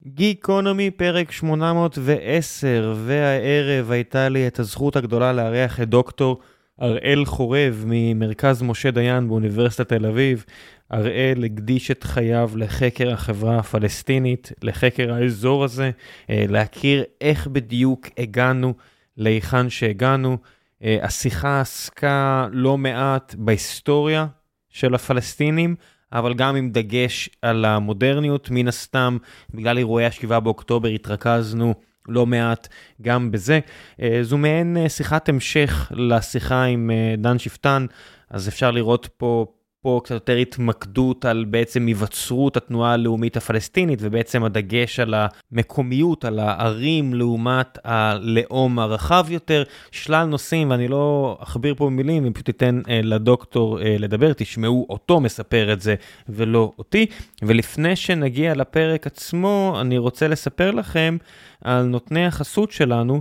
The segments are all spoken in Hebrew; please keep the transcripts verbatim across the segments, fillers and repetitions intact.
גיקונומי פרק שמונה מאות ועשר, והערב הייתה לי את הזכות הגדולה לארח את דוקטור אראל חורב ממרכז משה דיין באוניברסיטת תל אביב. אראל הקדיש את חייו לחקר החברה הפלסטינית, לחקר האזור הזה, להכיר איך בדיוק הגענו להיכן שהגענו. השיחה עסקה לא מעט בהיסטוריה של הפלסטינים, אבל גם עם דגש על המודרניות. מן הסתם, בגלל אירועי השבעה באוקטובר התרכזנו לא מעט גם בזה. זו מעין שיחת המשך לשיחה עם דן שפטן, אז אפשר לראות פה, פה קצת יותר התמקדות על בעצם היווצרות התנועה הלאומית הפלסטינית, ובעצם הדגש על המקומיות, על הערים לעומת הלאום הרחב יותר, שלל נושאים, ואני לא אכביר פה במילים, אני פשוט אתן אה, לדוקטור אה, לדבר, תשמעו אותו מספר את זה ולא אותי. ולפני שנגיע לפרק עצמו, אני רוצה לספר לכם על נותני החסות שלנו,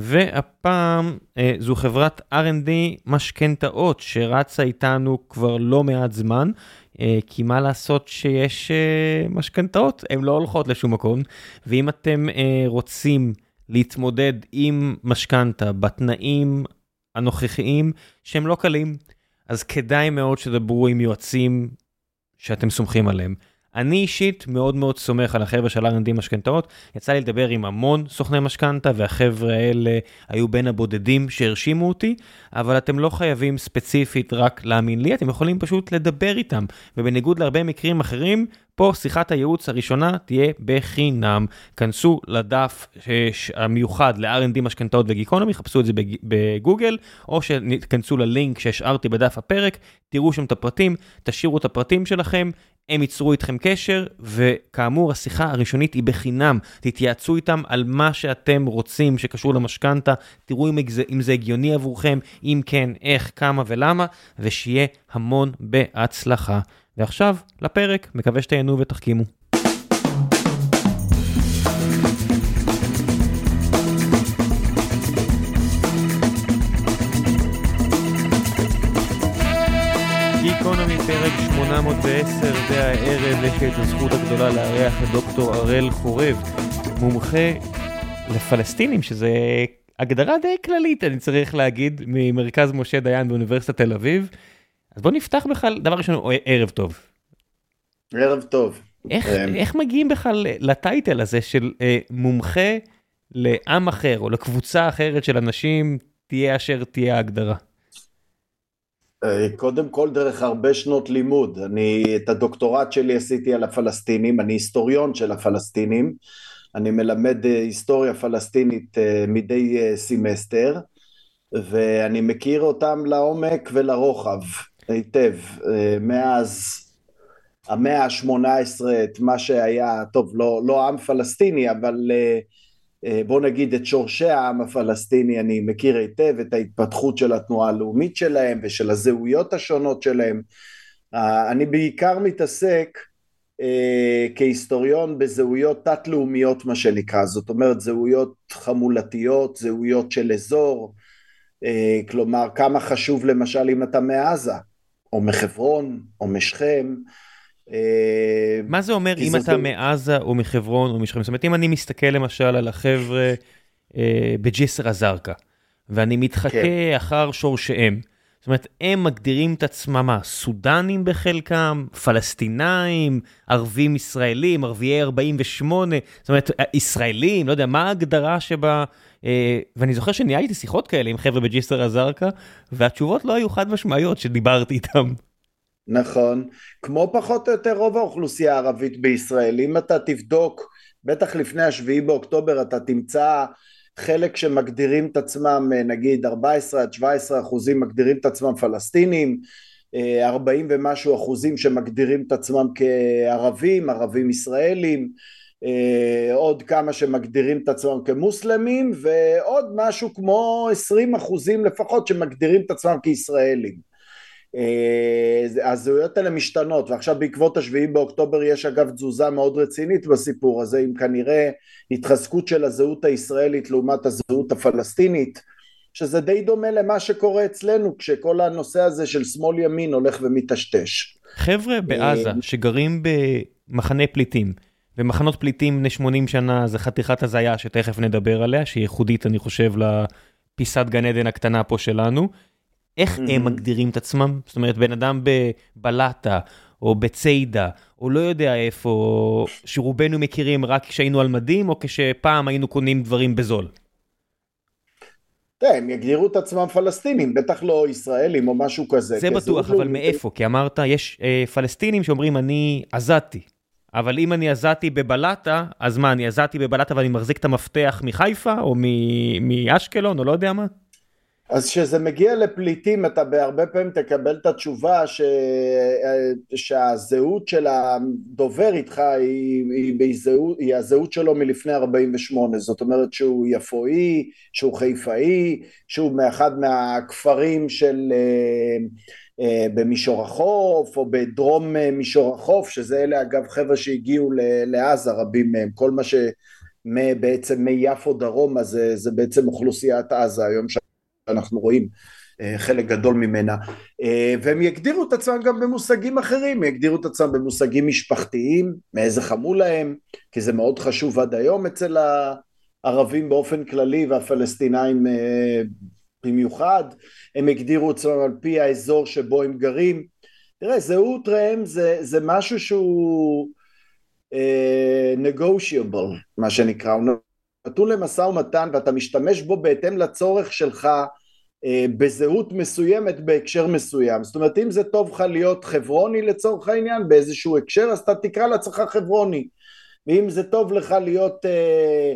והפעם אה, זו חברת אר אנד די משכנתאות שרצה איתנו כבר לא מעט זמן, אה, כי מה לעשות שיש אה, משכנתאות, הן לא הולכות לשום מקום, ואם אתם אה, רוצים להתמודד עם משכנתה בתנאים הנוכחיים שהם לא קלים, אז כדאי מאוד שדברו עם יועצים שאתם סומכים עליהם. אני אישית מאוד מאוד סומך על החבר'ה של אר אנד די משכנתאות, יצא לי לדבר עם המון סוכני משכנתה, והחבר'ה האלה היו בין הבודדים שהרשימו אותי, אבל אתם לא חייבים ספציפית רק להאמין לי, אתם יכולים פשוט לדבר איתם, ובניגוד להרבה מקרים אחרים, פה שיחת הייעוץ הראשונה תהיה בחינם. כנסו לדף המיוחד ל-אר אנד די משכנתאות וגיקונומי, חפשו את זה בגוגל, או שכנסו ללינק שהשארתי בדף הפרק, תראו שם את הפרטים, תשאירו את הפרטים שלכם, הם ייצרו איתכם קשר, וכאמור השיחה הראשונית היא בחינם, תתייעצו איתם על מה שאתם רוצים שקשור למשכנתה, תראו אם זה, אם זה הגיוני עבורכם, אם כן, איך, כמה ולמה, ושיהיה המון בהצלחה. ועכשיו לפרק, מקווה שתהנו ותחכימו. גיקונומי פרק שמונה מאות ועשר, והערב יש לי את הזכות הגדולה לארח את דוקטור אראל חורב, מומחה לפלסטינים, שזה הגדרה די כללית, אני צריך להגיד, ממרכז משה דיין באוניברסיטת תל אביב. אז בוא נפתח בכלל, דבר ראשון, ערב טוב. ערב טוב. איך, איך מגיעים בכלל לטייטל הזה של אה, מומחה לעם אחר, או לקבוצה אחרת של אנשים, תהיה אשר תהיה ההגדרה? קודם כל דרך הרבה שנות לימוד. אני את הדוקטורט שלי עשיתי על הפלסטינים, אני היסטוריון של הפלסטינים, אני מלמד היסטוריה פלסטינית מדי סמסטר, ואני מכיר אותם לעומק ולרוחב היטב, מאז המאה ה-שמונה עשרה, את מה שהיה, טוב, לא, לא עם פלסטיני, אבל בוא נגיד את שורשי העם הפלסטיני אני מכיר היטב, את ההתפתחות של התנועה הלאומית שלהם ושל הזהויות השונות שלהם. אני בעיקר מתעסק כהיסטוריון בזהויות תת-לאומיות, מה שנקרא, זאת אומרת זהויות חמולתיות, זהויות של אזור, כלומר כמה חשוב למשל אם אתה מעזה, או מחברון, או משכם. מה זה אומר אם אתה מעזה או מחברון או משכם? זאת אומרת, אם אני מסתכל למשל על החבר'ה בג'סר א-זרקא, ואני מתחכה אחר שורשיהם, זאת אומרת, הם מגדירים את עצמם מה? סודנים בחלקם, פלסטינאים, ערבים ישראלים, ערביי ארבעים ושמונה, זאת אומרת, ישראלים, לא יודע, מה ההגדרה שבה, ואני זוכר שניהלתי שיחות כאלה עם חבר'ה בג'סר א-זרקא, והתשובות לא היו חד משמעיות שדיברתי איתם. נכון, כמו פחות או יותר רוב האוכלוסייה הערבית בישראל, אם אתה תבדוק, בטח לפני השביעי באוקטובר, אתה תמצא חלק שמגדירים את עצמם, נגיד ארבע עשרה עד שבע עשרה אחוזים מגדירים את עצמם פלסטינים, ארבעים ומשהו אחוזים שמגדירים את עצמם כערבים, ערבים ישראלים, עוד כמה שמגדירים את עצמם כמוסלמים, ועוד משהו כמו עשרים אחוזים לפחות שמגדירים את עצמם כישראלים. הזהויות האלה משתנות, ועכשיו בעקבות השביעי באוקטובר יש אגב תזוזה מאוד רצינית בסיפור הזה, עם כנראה התחזקות של הזהות הישראלית לעומת הזהות הפלסטינית, שזה די דומה למה שקורה אצלנו כשכל הנושא הזה של שמאל ימין הולך ומתשתש. חבר'ה בעזה שגרים במחנה פליטים ומחנות פליטים בני שמונים שנה זה חתיכת הזיה שתכף נדבר עליה, שהיא ייחודית אני חושב לפיסת גן עדן הקטנה פה שלנו. איך mm-hmm. הם מגדירים את עצמם? זאת אומרת, בן אדם בבלטה, או בציידה, או לא יודע איפה, שרובנו מכירים רק כשהיינו על מדים, או כשפעם היינו קונים דברים בזול. הם יגדירו את עצמם פלסטינים, בטח לא ישראלים או משהו כזה. זה בטוח, אבל מאיפה? כי אמרת, יש אה, פלסטינים שאומרים, אני עזתי. אבל אם אני עזתי בבלטה, אז מה, אני עזתי בבלטה ואני מחזיק את המפתח מחיפה, או מאשקלון, או לא יודע מה? אז כשזה מגיע לפליטים, אתה בהרבה פעמים תקבל את התשובה ש... שהזהות של הדובר איתך היא, היא, בזהות, היא הזהות שלו מלפני ארבעים ושמונה, זאת אומרת שהוא יפואי, שהוא חיפאי, שהוא מאחד מהכפרים של... במישור החוף או בדרום מישור החוף, שזה אלה אגב חבר'ה שהגיעו לעזה, רבים מהם, כל מה שבעצם מיפו דרום, זה, זה בעצם אוכלוסיית עזה היום שאנחנו רואים חלק גדול ממנה, והם יגדירו את עצמם גם במושגים אחרים, יגדירו את עצמם במושגים משפחתיים, מאיזה חמולה הם, כי זה מאוד חשוב עד היום אצל הערבים באופן כללי והפלסטינאים במיוחד, הם הגדירו עצמם על פי האזור שבו הם גרים. תראה, זהות רהם זה, זה משהו שהוא אה, negotiable, מה שנקרא, הוא נתון למשא ומתן ואתה משתמש בו בהתאם לצורך שלך אה, בזהות מסוימת בהקשר מסוים. זאת אומרת, אם זה טוב לך להיות חברוני לצורך העניין באיזשהו הקשר, אז אתה תקרא לעצמך חברוני, ואם זה טוב לך להיות אה,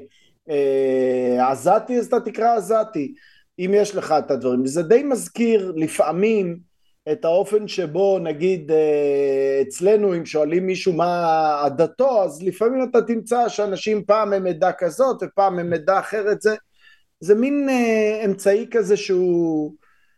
אה, עזתי, אז אתה תקרא עזתי. אם יש לך את הדברים, זה די מזכיר לפעמים את האופן שבו נגיד אצלנו אם שואלים מישהו מה עדתו, אז לפעמים אתה תמצא שאנשים פעם הם עדה כזאת ופעם הם עדה אחרת, זה, זה מין אמצעי כזה שהוא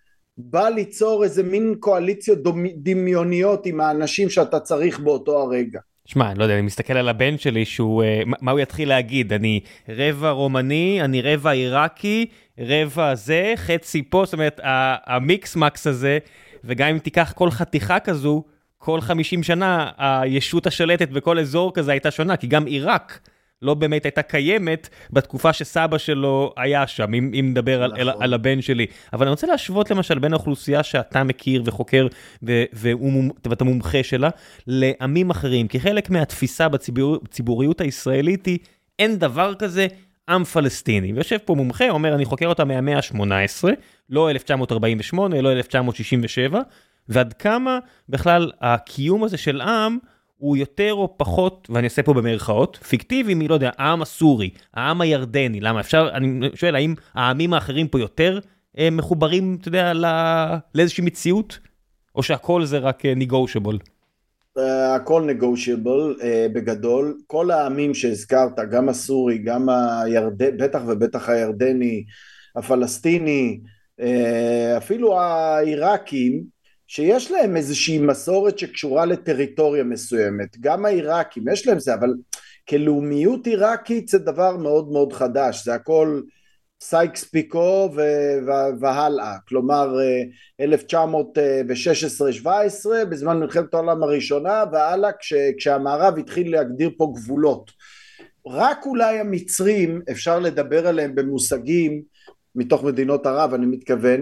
בא ליצור איזה מין קואליציות דמיוניות עם האנשים שאתה צריך באותו הרגע. שמע, אני לא יודע, אני מסתכל על הבן שלי שהוא, מה הוא יתחיל להגיד? אני רבע רומני, אני רבע עיראקי, רבע זה, חצי פה, זאת אומרת, המיקס מקס הזה, וגם אם תיקח כל חתיכה כזו, כל חמישים שנה, הישות השלטת בכל אזור כזה הייתה שונה, כי גם עיראק לא באמת הייתה קיימת בתקופה שסבא שלו היה שם, אם, אם נדבר על, על, על הבן שלי. אבל אני רוצה להשוות למשל בין האוכלוסייה שאתה מכיר וחוקר ו, ואתה מומחה שלה, לעמים אחרים, כי חלק מהתפיסה בציבוריות הישראלית היא, אין דבר כזה עם פלסטיני. ויושב פה מומחה, אומר, אני חוקר אותה מהמאה ה-שמונה עשרה, לא אלף תשע מאות ארבעים ושמונה, לא אלף תשע מאות שישים ושבע, ועד כמה בכלל הקיום הזה של עם, הוא יותר או פחות, ואני אעשה פה במרכאות, פיקטיבי מי, לא יודע, העם הסורי, העם הירדני, למה אפשר, אני שואל, האם העמים האחרים פה יותר אה, מחוברים, אתה יודע, לא, לאיזושהי מציאות, או שהכל זה רק אה, negotiable? Uh, הכל negotiable, uh, בגדול, כל העמים שהזכרת, גם הסורי, גם הירדני, בטח ובטח הירדני, הפלסטיני, uh, אפילו העיראקים, שיש להם איזושהי מסורת שקשורה לטריטוריה מסוימת, גם העיראקים, יש להם זה, אבל כלאומיות עיראקית זה דבר מאוד מאוד חדש, זה הכל סייקס פיקו והלאה, כלומר אלף תשע מאות שש עשרה שבע עשרה, בזמן מלחמת העולם הראשונה, והלאה כש, כשהמערב התחיל להגדיר פה גבולות, רק אולי המצרים אפשר לדבר עליהם במושגים, מתוך מדינות ערב אני מתכוון,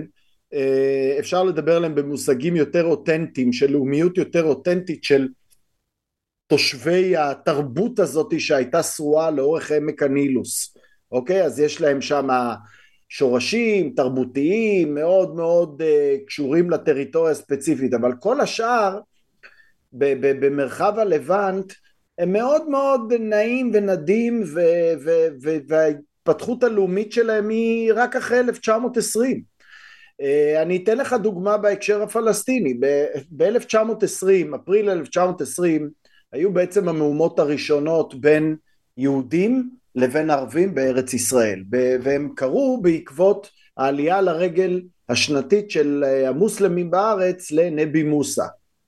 אפשר לדבר עליהם במושגים יותר אותנטיים, של לאומיות יותר אותנטית של תושבי התרבות הזאת שהייתה שרועה לאורך עמק הנילוס, אוקיי? אז יש להם שם שורשים תרבותיים מאוד מאוד uh, קשורים לטריטוריה הספציפית, אבל כל השאר במרחב הלבנט הם מאוד מאוד נעים ונדים, וההתפתחות הלאומית שלהם היא רק אחרי אלף תשע מאות עשרים. אני אתן לך דוגמה בהקשר הפלסטיני, ב-אלף תשע מאות עשרים, אפריל אלף תשע מאות עשרים, היו בעצם המהומות הראשונות בין יהודים לבין ערבים בארץ ישראל, והם קרו בעקבות העלייה לרגל השנתית של המוסלמים בארץ לנבי מוסא.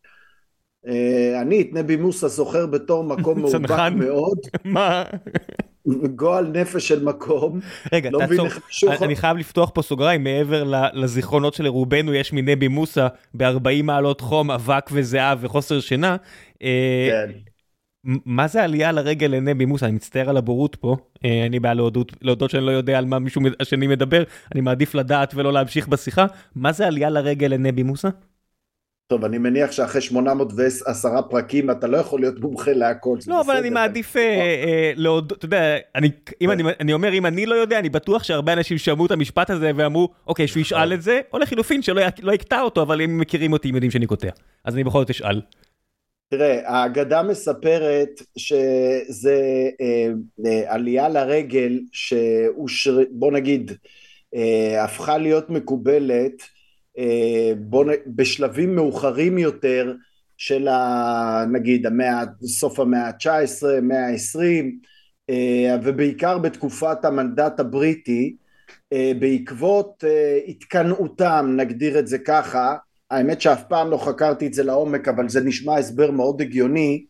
אני את נבי מוסא זוכר בתור מקום מאובק מאוד. מה? גועל נפש של מקום. רגע, לא תעצור, אני חייב לפתוח פה סוגריים, מעבר לזיכרונות של רובנו יש מנבי מוסא ב-ארבעים מעלות חום, אבק וזהב וחוסר שינה. כן. מה זה עלייה לרגל לנבי מוסא? אני מצטער על הבורות פה, אני בא להודות, להודות שאני לא יודע על מה מישהו השני מדבר, אני מעדיף לדעת ולא להמשיך בשיחה. מה זה עלייה לרגל לנבי מוסא? טוב, אני מניח שאחרי שמונה מאות ועשרה פרקים אתה לא יכול להיות מומחה להכל. לא, אבל אני מעדיף להודות, אתה יודע, אם אני אומר, אם אני לא יודע, אני בטוח שהרבה אנשים שמעו את המשפט הזה ואמרו, אוקיי, שהוא ישאל את זה, או לחילופין שלא יקטע אותו, אבל אם מכירים אותי, הם יודעים שאני קוטע. אז אני בכל זאת אשאל. תראה, האגדה מספרת שזה עלייה לרגל, שבוא נגיד, הפכה להיות מקובלת, בוא, בשלבים מאוחרים יותר של ה, נגיד המאה, סוף המאה ה-תשע עשרה, המאה ה-עשרים, ובעיקר בתקופת המנדט הבריטי, בעקבות התקנאותם, נגדיר את זה ככה, האמת שאף פעם לא חקרתי את זה לעומק, אבל זה נשמע הסבר מאוד הגיוני,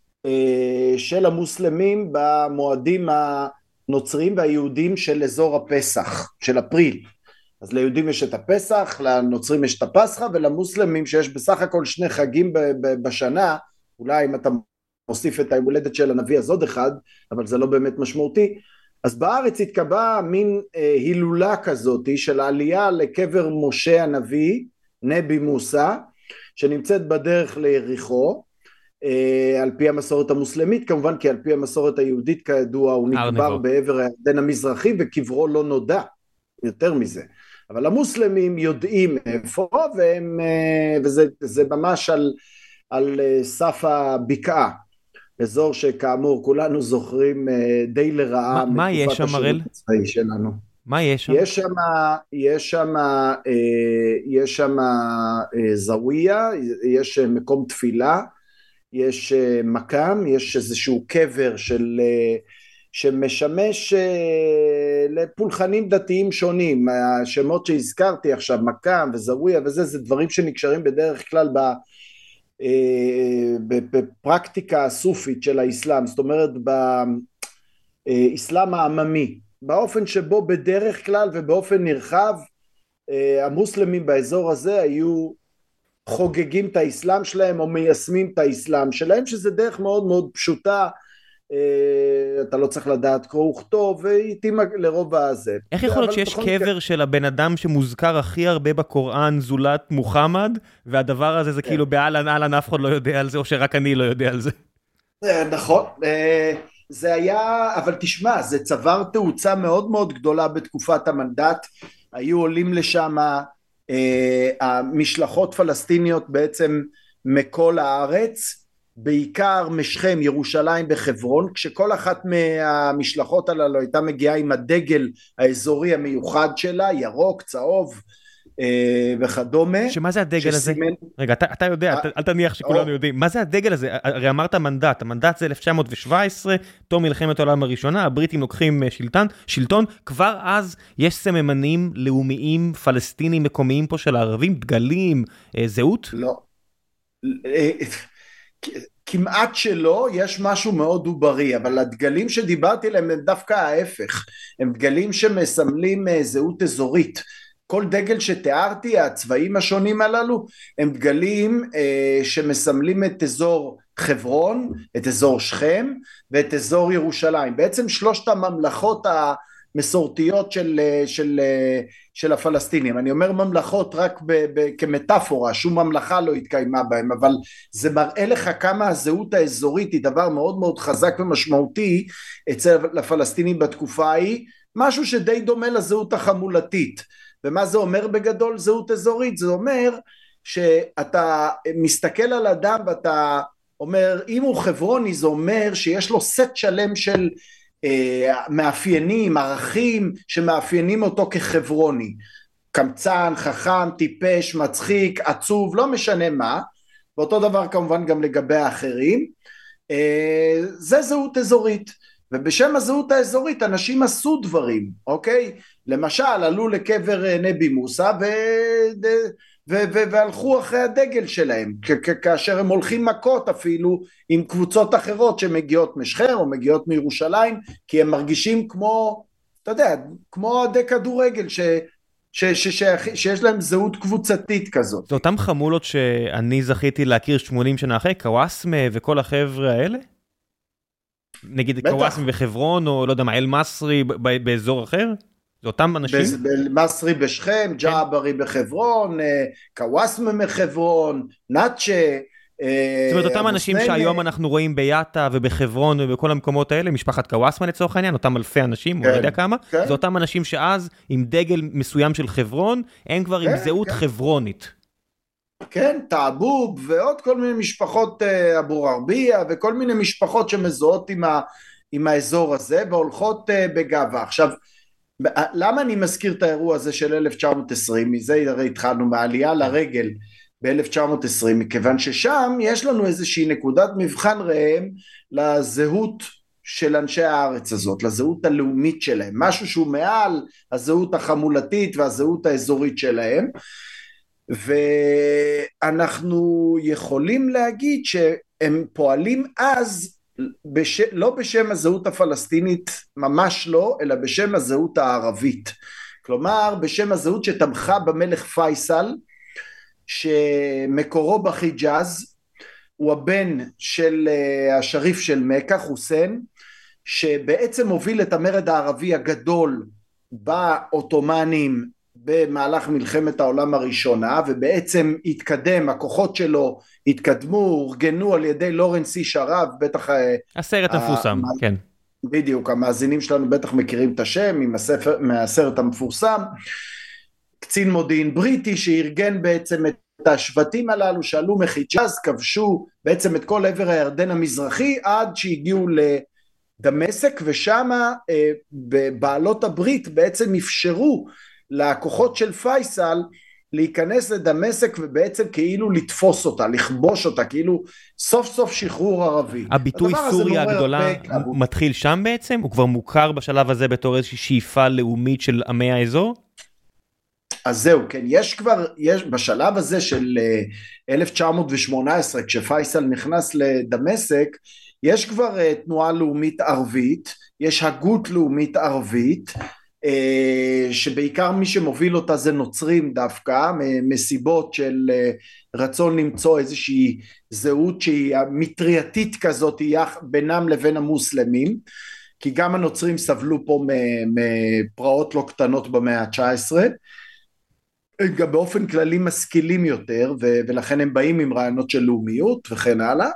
של המוסלמים במועדים הנוצריים והיהודים של אזור הפסח, של אפריל. אז ליהודים יש את הפסח, לנוצרים יש את הפסחה, ולמוסלמים שיש בסך הכל שני חגים בשנה, אולי אם אתה מוסיף את ההולדת של הנביא אז עוד אחד, אבל זה לא באמת משמעותי. אז בארץ התקבע מין אה, הילולה כזאת של העלייה לקבר משה הנביא, נבי מוסא, שנמצאת בדרך ליריחו, אה, על פי המסורת המוסלמית, כמובן כי על פי המסורת היהודית כידוע, הוא נקבר בעבר הירדן המזרחי, וקברו לא נודע, יותר מזה. אבל המוסלמים יודעים איפה, והם, וזה, זה ממש על, על סף הבקעה, אזור שכאמור כולנו זוכרים די לרעה. מה, מה יש שם הראל? שלנו. מה יש שם? יש שם, יש שם, יש שם זוויה, יש מקום תפילה, יש מקם, יש איזשהו קבר של... שמשמש לפולחנים דתיים שונים. השמות שהזכרתי עכשיו, מקם וזוויה וזה, זה דברים שנקשרים בדרך כלל בפרקטיקה הסופית של האסלאם, זאת אומרת באסלאם העממי, באופן שבו בדרך כלל ובאופן נרחב המוסלמים באזור הזה היו חוגגים את האסלאם שלהם או מיישמים את האסלאם שלהם, שזה דרך מאוד מאוד פשוטה, אתה לא צריך לדעת קרוא וכתוב, והתאים לרוב הזה. איך יכול להיות שיש קבר של הבן אדם שמוזכר הכי הרבה בקוראן זולת מוחמד, והדבר הזה זה כאילו באלן אלן אף אחד לא יודע על זה, או שרק אני לא יודע על זה? נכון, זה היה, אבל תשמע, זה צבר תאוצה מאוד מאוד גדולה בתקופת המנדט, היו עולים לשם המשלחות פלסטיניות בעצם מכל הארץ, בעיקר משכם, ירושלים וחברון, כשכל אחת מהמשלחות הללו הייתה מגיעה עם הדגל האזורי המיוחד שלה, ירוק, צהוב אה, וכדומה. שמה זה הדגל שסימן... הזה? רגע, אתה, אתה יודע, ה... אל תניח שכולנו או... יודעים. מה זה הדגל הזה? הרי אמרת מנדט, המנדט זה אלף תשע מאות שבע עשרה, תום מלחמת העולם הראשונה, הבריטים לוקחים שלטון, שלטון, כבר אז יש סממנים לאומיים פלסטינים מקומיים פה של הערבים, דגלים, אה, זהות? לא. כמעט שלא, יש משהו מאוד עוברי, אבל הדגלים שדיברתי להם הם דווקא ההפך, הם דגלים שמסמלים זהות אזורית. כל דגל שתיארתי, הצבעים השונים הללו, הם דגלים אה, שמסמלים את אזור חברון, את אזור שכם ואת אזור ירושלים. בעצם שלושת הממלכות המסורתיות של, של, של הפלסטינים. אני אומר ממלכות רק ב, ב, כמטאפורה, שום ממלכה לא התקיימה בהם, אבל זה מראה לך כמה הזהות האזורית היא דבר מאוד מאוד חזק ומשמעותי אצל הפלסטינים בתקופה ההיא, משהו שדי דומה לזהות החמולתית. ומה זה אומר בגדול זהות אזורית? זה אומר שאתה מסתכל על אדם ואתה אומר, אם הוא חברוני, זה אומר שיש לו סט שלם של אה, מאפיינים, ערכים שמאפיינים אותו כחברוני. קמצן, חכם, טיפש, מצחיק, עצוב, לא משנה מה. ואותו דבר כמובן גם לגבי האחרים. אה, זה זהות אזורית. ובשם הזהות האזורית אנשים עשו דברים, אוקיי? למשל, עלו לקבר נבי מוסא ו... ו... ו... והלכו אחרי הדגל שלהם, כ... כאשר הם הולכים מכות אפילו עם קבוצות אחרות שמגיעות משכם או מגיעות מירושלים, כי הם מרגישים כמו, אתה יודע, כמו עדי כדורגל ש... ש... ש... ש... שיש להם זהות קבוצתית כזאת. זה אותם חמולות שאני זכיתי להכיר שמונים שנה אחרי, קוואסמה וכל החבר'ה האלה? נגיד קוואסמי בחברון, או לא יודע מה, אל-מסרי באזור אחר? זה אותם אנשים? אל-מסרי בשכם, ג'עברי בחברון, קוואסמי בחברון, נאצ'ה, זאת אומרת, אותם אנשים שהיום אנחנו רואים ביאטה ובחברון ובכל המקומות האלה, משפחת קוואסמה לצורך העניין, אותם אלפי אנשים, הוא לא יודע כמה, זה אותם אנשים שאז עם דגל מסוים של חברון, הם כבר עם זהות חברונית. כן, תעבוב ועוד כל מיני משפחות אבו רביע וכל מיני משפחות שמזוהות עם, ה, עם האזור הזה והולכות בגאווה. עכשיו, למה אני מזכיר את האירוע הזה של אלף תשע מאות עשרים? מזה הרי התחלנו, מהעלייה לרגל ב-אלף תשע מאות עשרים, מכיוון ששם יש לנו איזושהי נקודת מבחן ראם לזהות של אנשי הארץ הזאת, לזהות הלאומית שלהם, משהו שהוא מעל הזהות החמולתית והזהות האזורית שלהם, ואנחנו יכולים להגיד שהם פועלים אז, בש... לא בשם הזהות הפלסטינית, ממש לא, אלא בשם הזהות הערבית, כלומר בשם הזהות שתמכה במלך פייסל, שמקורו בחיג'אז, הוא הבן של השריף של מקה, חוסיין, שבעצם הוביל את המרד הערבי הגדול באוטומנים במהלך מלחמת העולם הראשונה, ובעצם התקדם, הכוחות שלו התקדמו, אורגנו על ידי לורנס איש ערב, בטח... הסרט המפורסם, ה- כן. בדיוק, המאזינים שלנו בטח מכירים את השם, מהספר, מהסרט המפורסם, קצין מודיעין בריטי שארגן בעצם את השבטים הללו שעלו מחיג'אז, כבשו בעצם את כל עבר הירדן המזרחי עד שהגיעו לדמשק, ושם אה, בעלות הברית בעצם אפשרו לכוחות של פייסל להיכנס לדמשק ובעצם כאילו לתפוס אותה, לכבוש אותה, כאילו סוף סוף שחרור ערבי. הביטוי סוריה הגדולה מתחיל שם בעצם? הוא כבר מוכר בשלב הזה בתור איזושהי שאיפה לאומית של עמי האזור? אז זהו, כן, יש כבר, יש בשלב הזה של אלף תשע מאות שמונה עשרה, כשפייסל נכנס לדמשק, יש כבר תנועה לאומית ערבית, יש הגות לאומית ערבית, שבעיקר מי שמוביל אותה זה נוצרים דווקא, מסיבות של רצון למצוא איזושהי זהות שהיא מטרייתית כזאת בינם לבין המוסלמים, כי גם הנוצרים סבלו פה מפרעות לא קטנות במאה ה-תשע עשרה, גם באופן כללי משכילים יותר, ולכן הם באים עם רעיונות של לאומיות וכן הלאה,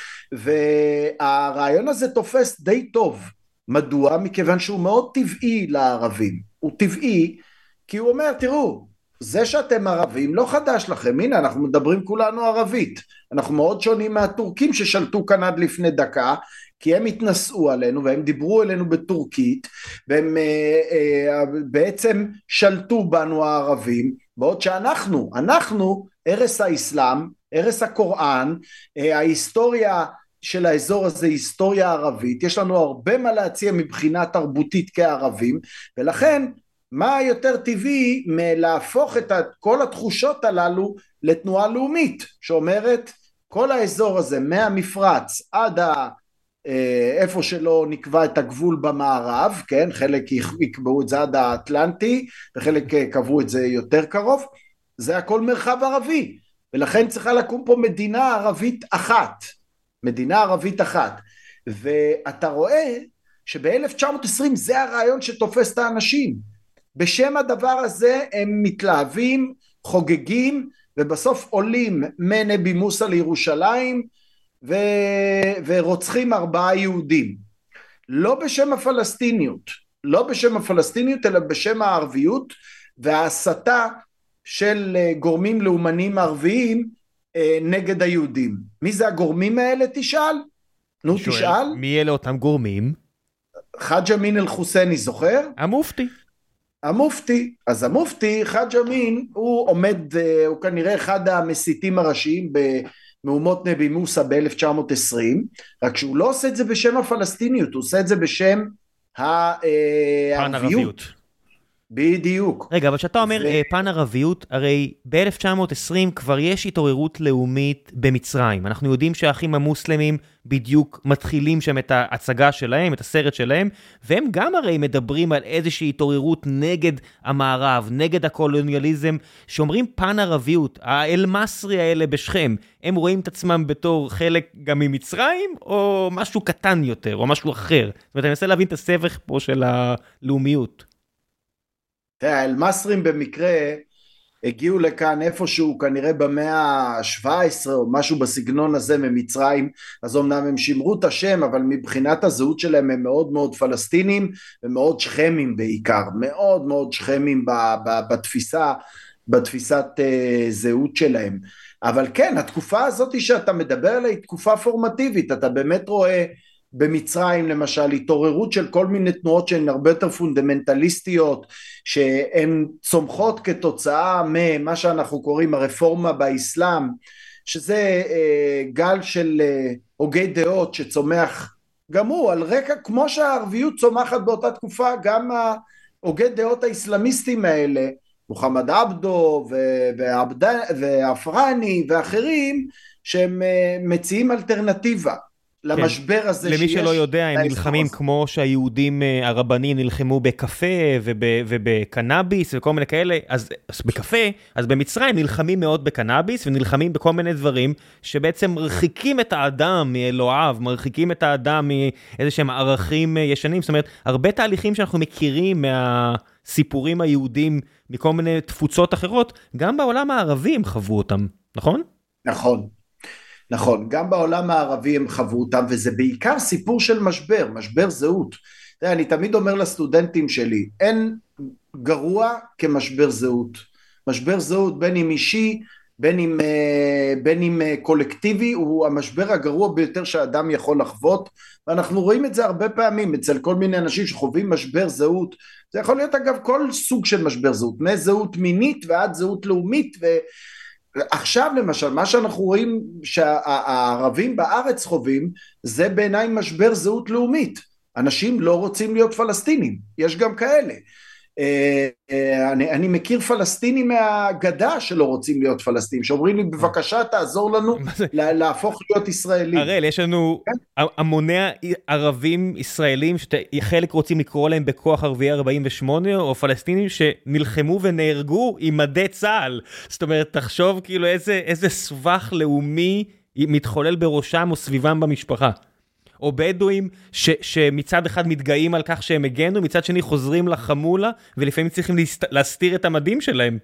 והרעיון הזה תופס די טוב. מדוע? מכיוון שהוא מאוד טבעי לערבים. הוא טבעי כי הוא אומר, תראו, זה שאתם ערבים לא חדש לכם, הנה אנחנו מדברים כולנו ערבית, אנחנו מאוד שונים מהטורקים ששלטו כאן עד לפני דקה, כי הם התנסו עלינו והם דיברו אלינו בטורקית, והם אה, אה, בעצם שלטו בנו הערבים, בעוד שאנחנו, אנחנו ערש האסלאם, ערש הקוראן, אה, ההיסטוריה של האזור הזה היסטוריה ערבית, יש לנו הרבה מה להציע מבחינה תרבותית כערבים, ולכן מה יותר טבעי מלהפוך את כל התחושות הללו לתנועה לאומית, שאומרת כל האזור הזה מהמפרץ עד ה... איפה שלא נקבע את הגבול במערב, כן, חלק יקבעו את זה עד האטלנטי, וחלק קבעו את זה יותר קרוב, זה הכל מרחב ערבי, ולכן צריכה לקום פה מדינה ערבית אחת, מדינה ערבית אחת, ואתה רואה שב-אלף תשע מאות עשרים זה הרעיון שתופס את האנשים, בשם הדבר הזה הם מתלהבים, חוגגים, ובסוף עולים מנבי מוסא לירושלים, ו... ורוצחים ארבעה יהודים, לא בשם הפלסטיניות, לא בשם הפלסטיניות, אלא בשם הערביות, וההסתה של גורמים לאומנים ערביים, נגד היהודים. מי זה הגורמים האלה תשאל? נו שואל, תשאל. מי אלה אותם גורמים? חאג' אמין אל-חוסייני זוכר? המופתי. המופתי. אז המופתי, חאג' אמין, הוא עומד, הוא כנראה אחד המסיתים הראשיים במהומות נבי מוסא ב-אלף תשע מאות עשרים, רק שהוא לא עושה את זה בשם הפלסטיניות, הוא עושה את זה בשם הערביות. בדיוק. רגע, אבל כשאתה אומר ו... פן ערביות, הרי ב-אלף תשע מאות עשרים כבר יש התעוררות לאומית במצרים. אנחנו יודעים שהאחים המוסלמים בדיוק מתחילים שם את ההצגה שלהם, את הסרט שלהם, והם גם הרי מדברים על איזושהי התעוררות נגד המערב, נגד הקולוניאליזם, שאומרים פן ערביות, האל-מסרי האלה בשכם, הם רואים את עצמם בתור חלק גם ממצרים, או משהו קטן יותר, או משהו אחר. זאת אומרת, אני מנסה להבין את הסבך פה של הלאומיות. האל-מסרים במקרה הגיעו לכאן איפשהו כנראה במאה ה-שבע עשרה או משהו בסגנון הזה ממצרים, אז אמנם הם שימרו את השם, אבל מבחינת הזהות שלהם הם מאוד מאוד פלסטינים ומאוד שכמים בעיקר, מאוד מאוד שכמים בתפיסה, בתפיסת זהות שלהם. אבל כן, התקופה הזאת שאתה מדבר עליה היא תקופה פורמטיבית, אתה באמת רואה במצרים למשל התעוררות של כל מיני תנועות שהן הרבה יותר פונדמנטליסטיות, שהן צומחות כתוצאה ממה שאנחנו קוראים הרפורמה באסלאם, שזה אה, גל של אה, הוגי דעות שצומח גם הוא על רקע כמו שהערביות צומחת באותה תקופה, גם ההוגי דעות האסלאמיסטים האלה, מוחמד עבדו ואפרני ואחרים, שהם אה, מציעים אלטרנטיבה למשבר הזה שיש. למי שלא יודע, הם נלחמים כמו שהיהודים הרבנים נלחמו בקפה ובקנאביס וכל מיני כאלה, אז בקפה, אז במצרים נלחמים מאוד בקנאביס ונלחמים בכל מיני דברים שבעצם מרחיקים את האדם מאלוהיו, מרחיקים את האדם מאיזה שהם ערכים ישנים, זאת אומרת, הרבה תהליכים שאנחנו מכירים מהסיפורים היהודים מכל מיני תפוצות אחרות, גם בעולם הערבי הם חוו אותם, נכון? נכון. נכון, גם בעולם הערבי הם חוו אותם, וזה בעיקר סיפור של משבר, משבר זהות. תראה, אני תמיד אומר לסטודנטים שלי, אין גרוע כמשבר זהות. משבר זהות בין אם אישי, בין אם, בין אם קולקטיבי, הוא המשבר הגרוע ביותר שהאדם יכול לחוות, ואנחנו רואים את זה הרבה פעמים, אצל כל מיני אנשים שחווים משבר זהות, זה יכול להיות אגב כל סוג של משבר זהות, מזהות מינית ועד זהות לאומית, ו... עכשיו למשל, מה שאנחנו רואים שהערבים בארץ חווים, זה בעיניי משבר זהות לאומית. אנשים לא רוצים להיות פלסטינים, יש גם כאלה. אני, אני מכיר פלסטינים מהגדה שלא רוצים להיות פלסטינים, שאומרים לי בבקשה תעזור לנו להפוך להיות ישראלים. הראל, יש לנו המוני ערבים ישראלים שחלק רוצים לקרוא להם בכוח ערביי ארבעים ושמונה, או פלסטינים שנלחמו ונהרגו עם מדי צה"ל. זאת אומרת, תחשוב כאילו איזה, איזה סבך לאומי מתחולל בראשם או סביבם במשפחה. או בדואים ש, שמצד אחד מתגאים על כך שהם הגנו, מצד שני חוזרים לחמולה, ולפעמים צריכים להסת, להסתיר את המדים שלהם.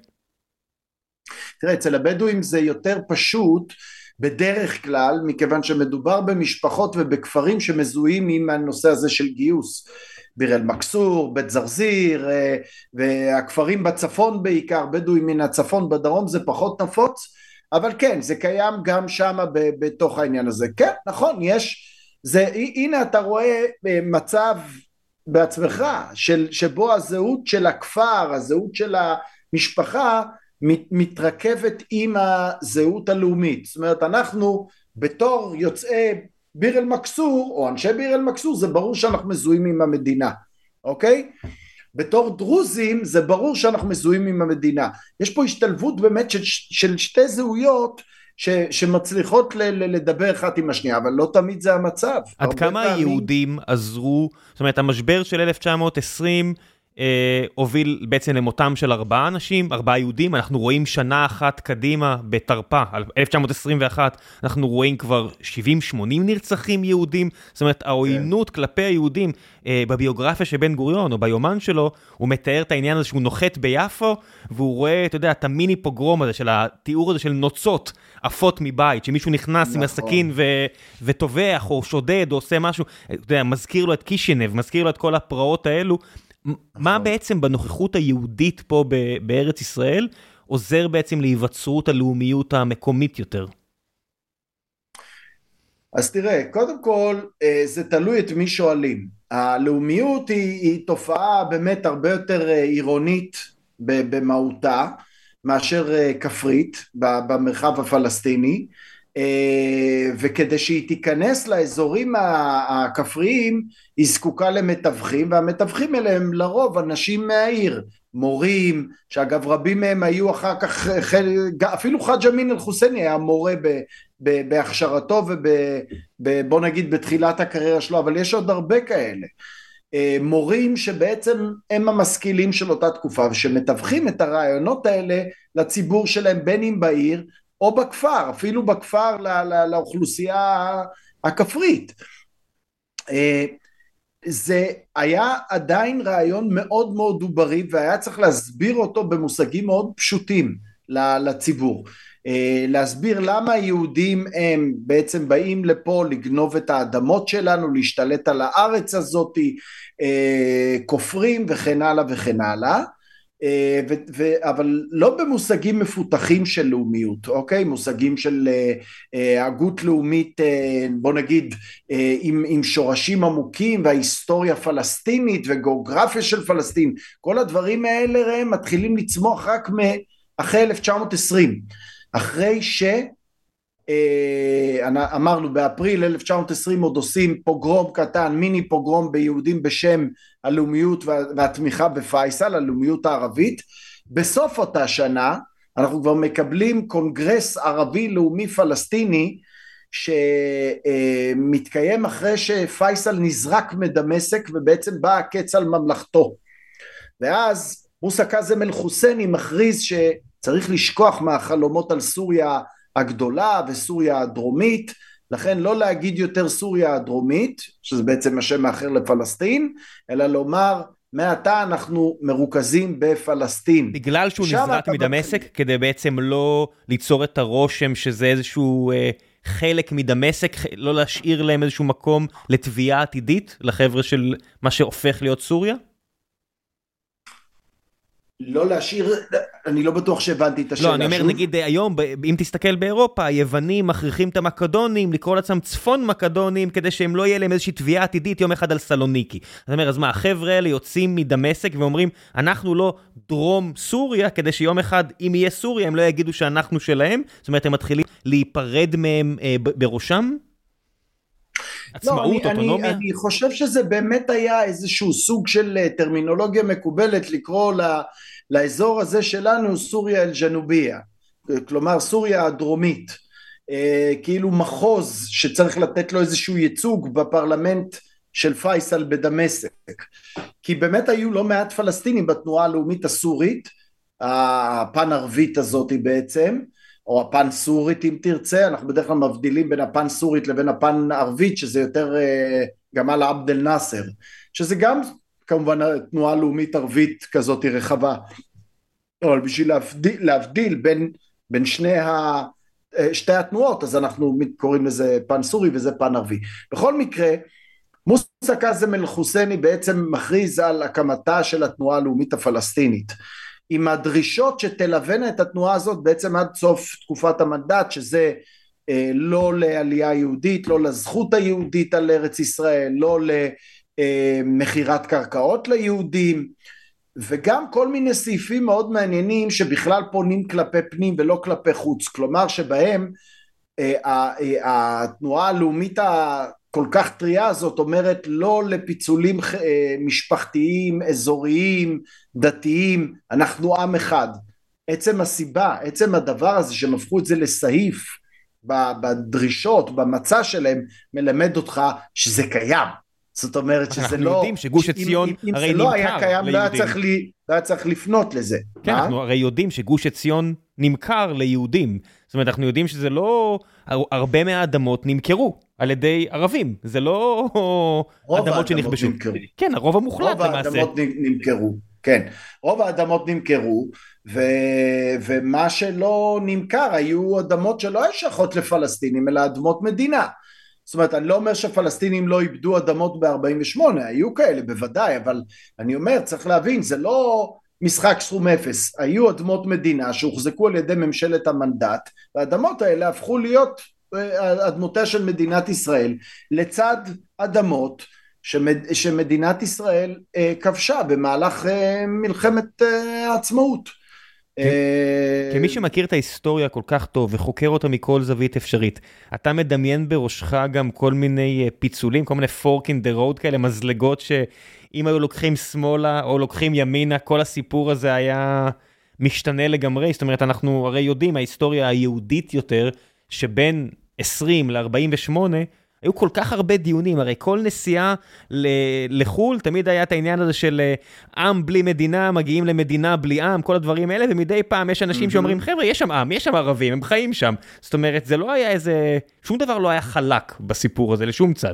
תראה, אצל הבדואים זה יותר פשוט, בדרך כלל, מכיוון שמדובר במשפחות ובכפרים שמזוהים עם הנושא הזה של גיוס. ביר אל מכסור, בית זרזיר, והכפרים בצפון בעיקר, בדואים מן הצפון, בדרום זה פחות נפוץ, אבל כן, זה קיים גם שם בתוך העניין הזה. כן, נכון, יש... זה, הנה אתה רואה מצב בעצמך של, שבו הזהות של הכפר, הזהות של המשפחה מת, מתרכבת עם הזהות הלאומית. זאת אומרת, אנחנו בתור יוצאי ביר אל מכסור או אנשי ביר אל מכסור, זה ברור שאנחנו מזוהים עם המדינה, אוקיי? בתור דרוזים זה ברור שאנחנו מזוהים עם המדינה. יש פה השתלבות באמת של, של שתי זהויות ש, שמצליחות ל, ל, לדבר אחת עם השנייה, אבל לא תמיד זה המצב. עד כמה פעמים... היהודים עזרו, זאת אומרת, המשבר של אלף תשע מאות עשרים אה, הוביל בעצם למותם של ארבעה אנשים, ארבעה יהודים, אנחנו רואים שנה אחת קדימה בתרפה, אלף תשע מאות עשרים ואחת, אנחנו רואים כבר שבעים שמונים נרצחים יהודים, זאת אומרת, העוינות כן. כלפי היהודים, אה, בביוגרפיה של בן גוריון, או ביומן שלו, הוא מתאר את העניין הזה שהוא נוחת ביפו, והוא רואה, אתה יודע, את המיני פוגרום הזה, של התיאור הזה של נוצות, עפות מבית, שמישהו נכנס נכון. עם הסכין ו- וטובח, או שודד, או עושה משהו, אתה יודע, מזכיר לו את קישינב, מזכיר לו את כל הפרעות האלו, נכון. מה בעצם בנוכחות היהודית פה ב- בארץ ישראל, עוזר בעצם להיווצרות הלאומיות המקומית יותר? אז תראה, קודם כל, זה תלוי את מי שואלים. הלאומיות היא, היא תופעה באמת הרבה יותר עירונית במהותה, מאשר כפרית במרחב הפלסטיני, וכדי שהיא תיכנס לאזורים הכפריים היא זקוקה למתווכים, והמתווכים האלה הם לרוב אנשים מהעיר, מורים, שאגב רבים מהם היו אחר כך, אפילו חאג' אמין אל-חוסייני היה מורה ב, ב, בהכשרתו ובוא נגיד בתחילת הקריירה שלו, אבל יש עוד הרבה כאלה, מורים שבעצם הם המשכילים של אותה תקופה, ושמתווכים את הרעיונות האלה לציבור שלהם, בין אם בעיר או בכפר, אפילו בכפר לא, לא, לאוכלוסייה הכפרית. זה היה עדיין רעיון מאוד מאוד עוברי, והיה צריך להסביר אותו במושגים מאוד פשוטים לציבור. להסביר למה היהודים הם בעצם באים לפה לגנוב את האדמות שלנו, להשתלט על הארץ הזאת, כופרים וכן הלאה וכן הלאה. ו, ו, אבל לא במושגים מפותחים של לאומיות, אוקיי? מושגים של אה, הגות לאומית, אה, בוא נגיד, אה, עם, עם שורשים עמוקים, וההיסטוריה פלסטינית וגיאוגרפיה של פלסטין, כל הדברים האלה ראה, מתחילים לצמוח רק אחרי אלף תשע מאות עשרים, אחרי ש... אמרנו באפריל אלף תשע מאות עשרים עוד עושים פוגרום קטן, מיני פוגרום ביהודים בשם הלאומיות והתמיכה בפייסל, הלאומיות הערבית. בסוף אותה שנה אנחנו כבר מקבלים קונגרס ערבי לאומי פלסטיני שמתקיים אחרי שפייסל נזרק מדמשק ובעצם בא הקץ על ממלכתו, ואז מוסא קאזם אל-חוסייני מכריז שצריך לשכוח מהחלומות על סוריה הגדולה וסוריה הדרומית, לכן לא להגיד יותר סוריה הדרומית, שזה בעצם השם האחר לפלסטין, אלא לומר מעתה אנחנו מרוכזים בפלסטין. בגלל שהוא נזרק מדמשק, בת... כדי בעצם לא ליצור את הרושם שזה איזשהו אה, חלק מדמשק, לא להשאיר להם איזשהו מקום לתביעה עתידית, לחבר'ה של מה שהופך להיות סוריה? לא להשאיר, אני לא בטוח שהבנתי את השאלה. לא, אני אומר, נגיד היום, אם תסתכל באירופה, היוונים מכריחים את המקדונים, לקרוא לעצמם צפון מקדונים, כדי שהם לא יהיה להם איזושהי תביעה עתידית יום אחד על סלוניקי. זאת אומרת, אז מה, החבר'ה האלה יוצאים מדמשק ואומרים, אנחנו לא דרום סוריה, כדי שיום אחד, אם יהיה סוריה, הם לא יגידו שאנחנו שלהם. זאת אומרת, הם מתחילים להיפרד מהם אה, בראשם? עצמאות, לא, אני, אוטונומיה? אני, אני חושב שזה באמת היה איזשהו סוג של טרמינולוגיה מקובלת לקרוא לה, לאזור הזה שלנו סוריה אל-ג'נוביה, כלומר סוריה הדרומית, אה, כאילו מחוז שצריך לתת לו איזשהו ייצוג בפרלמנט של פייסל בדמשק, כי באמת היו לא מעט פלסטינים בתנועה הלאומית הסורית, הפן ערבית הזאת בעצם, או הפן סורית אם תרצה, אנחנו בדרך כלל מבדילים בין הפן סורית לבין הפן ערבית, שזה יותר גמל עבד אל נאסר, שזה גם כמובן תנועה לאומית ערבית כזאת רחבה, אבל בשביל להבדיל, להבדיל בין, בין שני ה, שתי התנועות, אז אנחנו קוראים לזה פן סורי וזה פן ערבי. בכל מקרה, מוסא קאזם אל-חוסייני בעצם מכריז על הקמתה של התנועה הלאומית הפלסטינית, עם הדרישות שתלווינה את התנועה הזאת בעצם עד סוף תקופת המנדט, שזה אה, לא לעלייה יהודית, לא לזכות היהודית על ארץ ישראל, לא למחירת קרקעות ליהודים, וגם כל מיני סעיפים מאוד מעניינים שבכלל פונים כלפי פנים ולא כלפי חוץ, כלומר שבהם אה, אה, התנועה הלאומית ה... כל כך טריה הזאת אומרת לא לפיצולים משפחתיים, אזוריים, דתיים, אנחנו עם אחד. עצם הסיבה, עצם הדבר הזה שהם הפכו את זה לסעיף בדרישות, במצע שלהם, מלמד אותך שזה קיים. זאת אומרת שזה לא... אנחנו יודעים שגוש עציון הרי נמכר ליהודים. אם זה לא היה קיים, לא היה צריך לפנות לזה. כן, אנחנו הרי יודעים שגוש עציון נמכר ליהודים. זאת אומרת, אנחנו יודעים שזה לא... הרבה מהאדמות נמכרו על ידי ערבים. זה לא אדמות שנכבשו. כן, הרוב המוחלט למעשה. רוב האדמות נמכרו, כן. רוב האדמות נמכרו, ומה שלא נמכר היו אדמות שלא היו שייכות לפלסטינים, אלא אדמות מדינה. זאת אומרת, אני לא אומר שפלסטינים לא איבדו אדמות ב-ארבעים ושמונה, היו כאלה בוודאי, אבל אני אומר, צריך להבין, זה לא משחק סכום אפס, היו אדמות מדינה שהוחזקו על ידי ממשלת המנדט, והאדמות האלה הפכו להיות אדמותיה של מדינת ישראל, לצד אדמות שמד, שמדינת ישראל כבשה במהלך מלחמת העצמאות. כמי שמכיר את ההיסטוריה כל כך טוב וחוקר אותה מכל זווית אפשרית, אתה מדמיין בראשך גם כל מיני פיצולים, כל מיני fork in the road כאלה, מזלגות שאם היו לוקחים שמאלה או לוקחים ימינה, כל הסיפור הזה היה משתנה לגמרי. זאת אומרת, אנחנו הרי יודעים, ההיסטוריה היהודית יותר, שבין עשרים ל-ארבעים ושמונה, היו כל כך הרבה דיונים, הרי כל נסיעה לחול, תמיד היה את העניין הזה של עם בלי מדינה, מגיעים למדינה בלי עם, כל הדברים האלה, ומדי פעם יש אנשים שאומרים, חבר'ה, יש שם עם, יש שם ערבים, הם חיים שם. זאת אומרת, זה לא היה איזה, שום דבר לא היה חלק בסיפור הזה, לשום צד.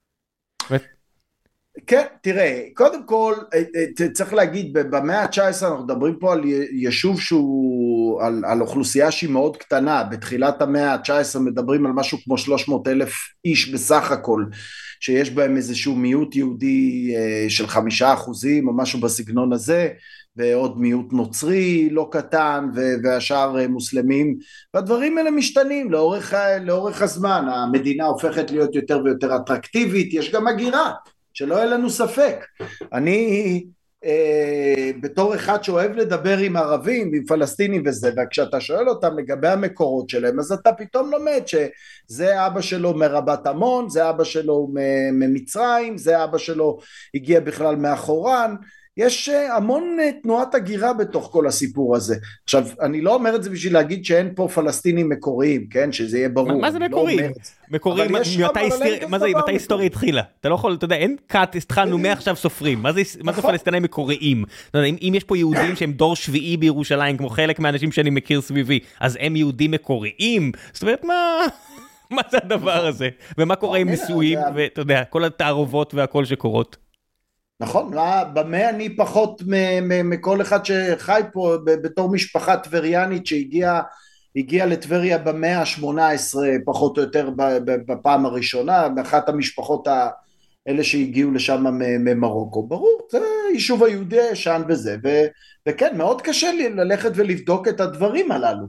כן, תראה, קודם כל, צריך להגיד, במאה ה-תשע עשרה אנחנו מדברים פה על יישוב שהוא, על, על אוכלוסייה שהיא מאוד קטנה, בתחילת המאה ה-תשע עשרה מדברים על משהו כמו שלוש מאות אלף איש בסך הכל, שיש בהם איזשהו מיעוט יהודי של חמישה אחוזים או משהו בסגנון הזה, ועוד מיעוט נוצרי לא קטן, והשאר מוסלמים, והדברים האלה משתנים לאורך, לאורך הזמן, המדינה הופכת להיות יותר ויותר אטרקטיבית, יש גם הגירה, שלא יהיה לנו ספק. אני אה, בתור אחד שאוהב לדבר עם ערבים, עם פלסטינים וזה, וכשאתה שואל אותם לגבי המקורות שלהם, אז אתה פתאום לומד שזה אבא שלו מרבת עמון, זה אבא שלו ממצרים, זה אבא שלו הגיע בכלל מאחורן, יש המון תנועת הגירה בתוך כל הסיפור הזה. עכשיו, אני לא אומר את זה בשביל להגיד שאין פה פלסטינים מקוריים, כן? שזה יהיה ברור. מה זה מקוריים? מקוריים, מתי היסטוריה התחילה? אתה לא יכול, אתה יודע, אין קאט, התחלנו מעכשיו סופרים. מה זה פלסטינאים מקוריים? אם יש פה יהודים שהם דור שביעי בירושלים, כמו חלק מהאנשים שאני מכיר סביבי, אז הם יהודים מקוריים? זאת אומרת, מה... מה זה הדבר הזה? ומה קורה עם נישואים, ואתה יודע, כל התערובות והכל שקורות? נכון, במה אני פחות מכל אחד שחי פה בתור משפחה טבריאנית שהגיעה הגיעה לטבריה במאה ה-שמונה עשרה פחות או יותר בפעם הראשונה, באחת המשפחות האלה שהגיעו לשם ממרוקו. ברור, זה יישוב היהודי הישן וזה, וכן, מאוד קשה לי ללכת ולבדוק את הדברים הללו.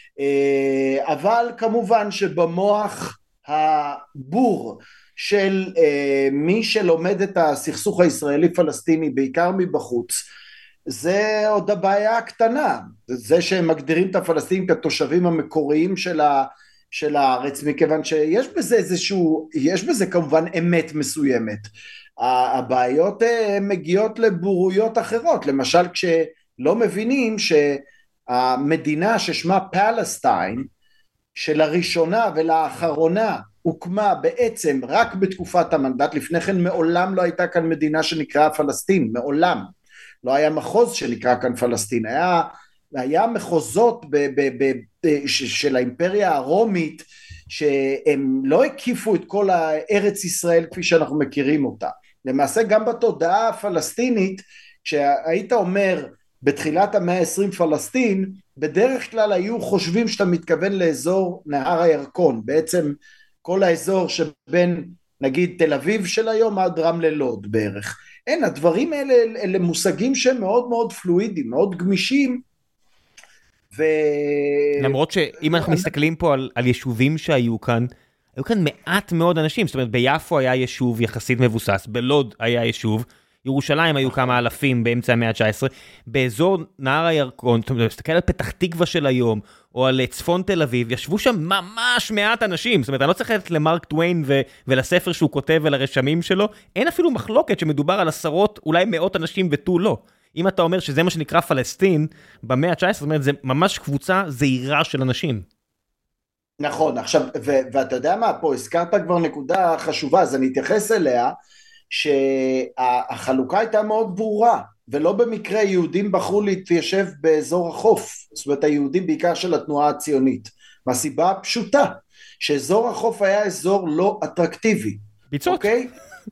אבל כמובן שבמוח הבור של אה, מי שלומד את הסכסוך הישראלי פלסטיני בעיקר מבחוץ, זה עוד הבעיה הקטנה, זה שהם מגדירים את הפלסטינים כתושבים המקוריים של, ה, של הארץ, מכיוון שיש בזה איזשהו, יש בזה כמובן אמת מסוימת, הבעיות אה, מגיעות לבורויות אחרות, למשל כשלא מבינים שהמדינה ששמה פלסטיין, שלראשונה ולאחרונה הוקמה בעצם רק בתקופת המנדט, לפני כן מעולם לא הייתה כאן מדינה שנקראה פלסטין, מעולם, לא היה מחוז שנקרא כאן פלסטין, היה, היה מחוזות ב, ב, ב, ב, של האימפריה הרומית, שהם לא הקיפו את כל הארץ ישראל כפי שאנחנו מכירים אותה, למעשה גם בתודעה הפלסטינית, כשהיית אומר בתחילת המאה ה-עשרים פלסטין, בדרך כלל היו חושבים שאתה מתכוון לאזור נהר הירקון, בעצם כל האזור שבין נגיד תל אביב של היום עד רמלה לוד בערך. אין, הדברים האלה אלה מושגים שהם מאוד מאוד פלואידים, מאוד גמישים. ו... למרות שאם אנחנו מסתכלים פה על, על יישובים שהיו כאן, היו כאן מעט מאוד אנשים, זאת אומרת ביפו היה יישוב יחסית מבוסס, בלוד היה יישוב, ירושלים היו כמה אלפים באמצע המאה ה-תשע עשרה, באזור נהר הירקון, אתה מסתכל על פתח תקווה של היום, או על צפון תל אביב, ישבו שם ממש מעט אנשים, זאת אומרת, אני לא צריך ללכת למרק טוויין ו- ולספר שהוא כותב ולרשמים שלו, אין אפילו מחלוקת שמדובר על עשרות, אולי מאות אנשים ותו לא. אם אתה אומר שזה מה שנקרא פלסטין, במאה ה-תשע עשרה, זאת אומרת, זה ממש קבוצה זעירה של אנשים. נכון, עכשיו, ו- ואתה יודע מה, פה הזכרת כבר נקודה חשובה, אז אני אתייחס אליה, שהחלוקה הייתה מאוד ברורה, ולא במקרה יהודים בחרו להתיישב באזור החוף, זאת אומרת היהודים בעיקר של התנועה הציונית, מהסיבה הפשוטה, שאזור החוף היה אזור לא אטרקטיבי. ביצות. אוקיי?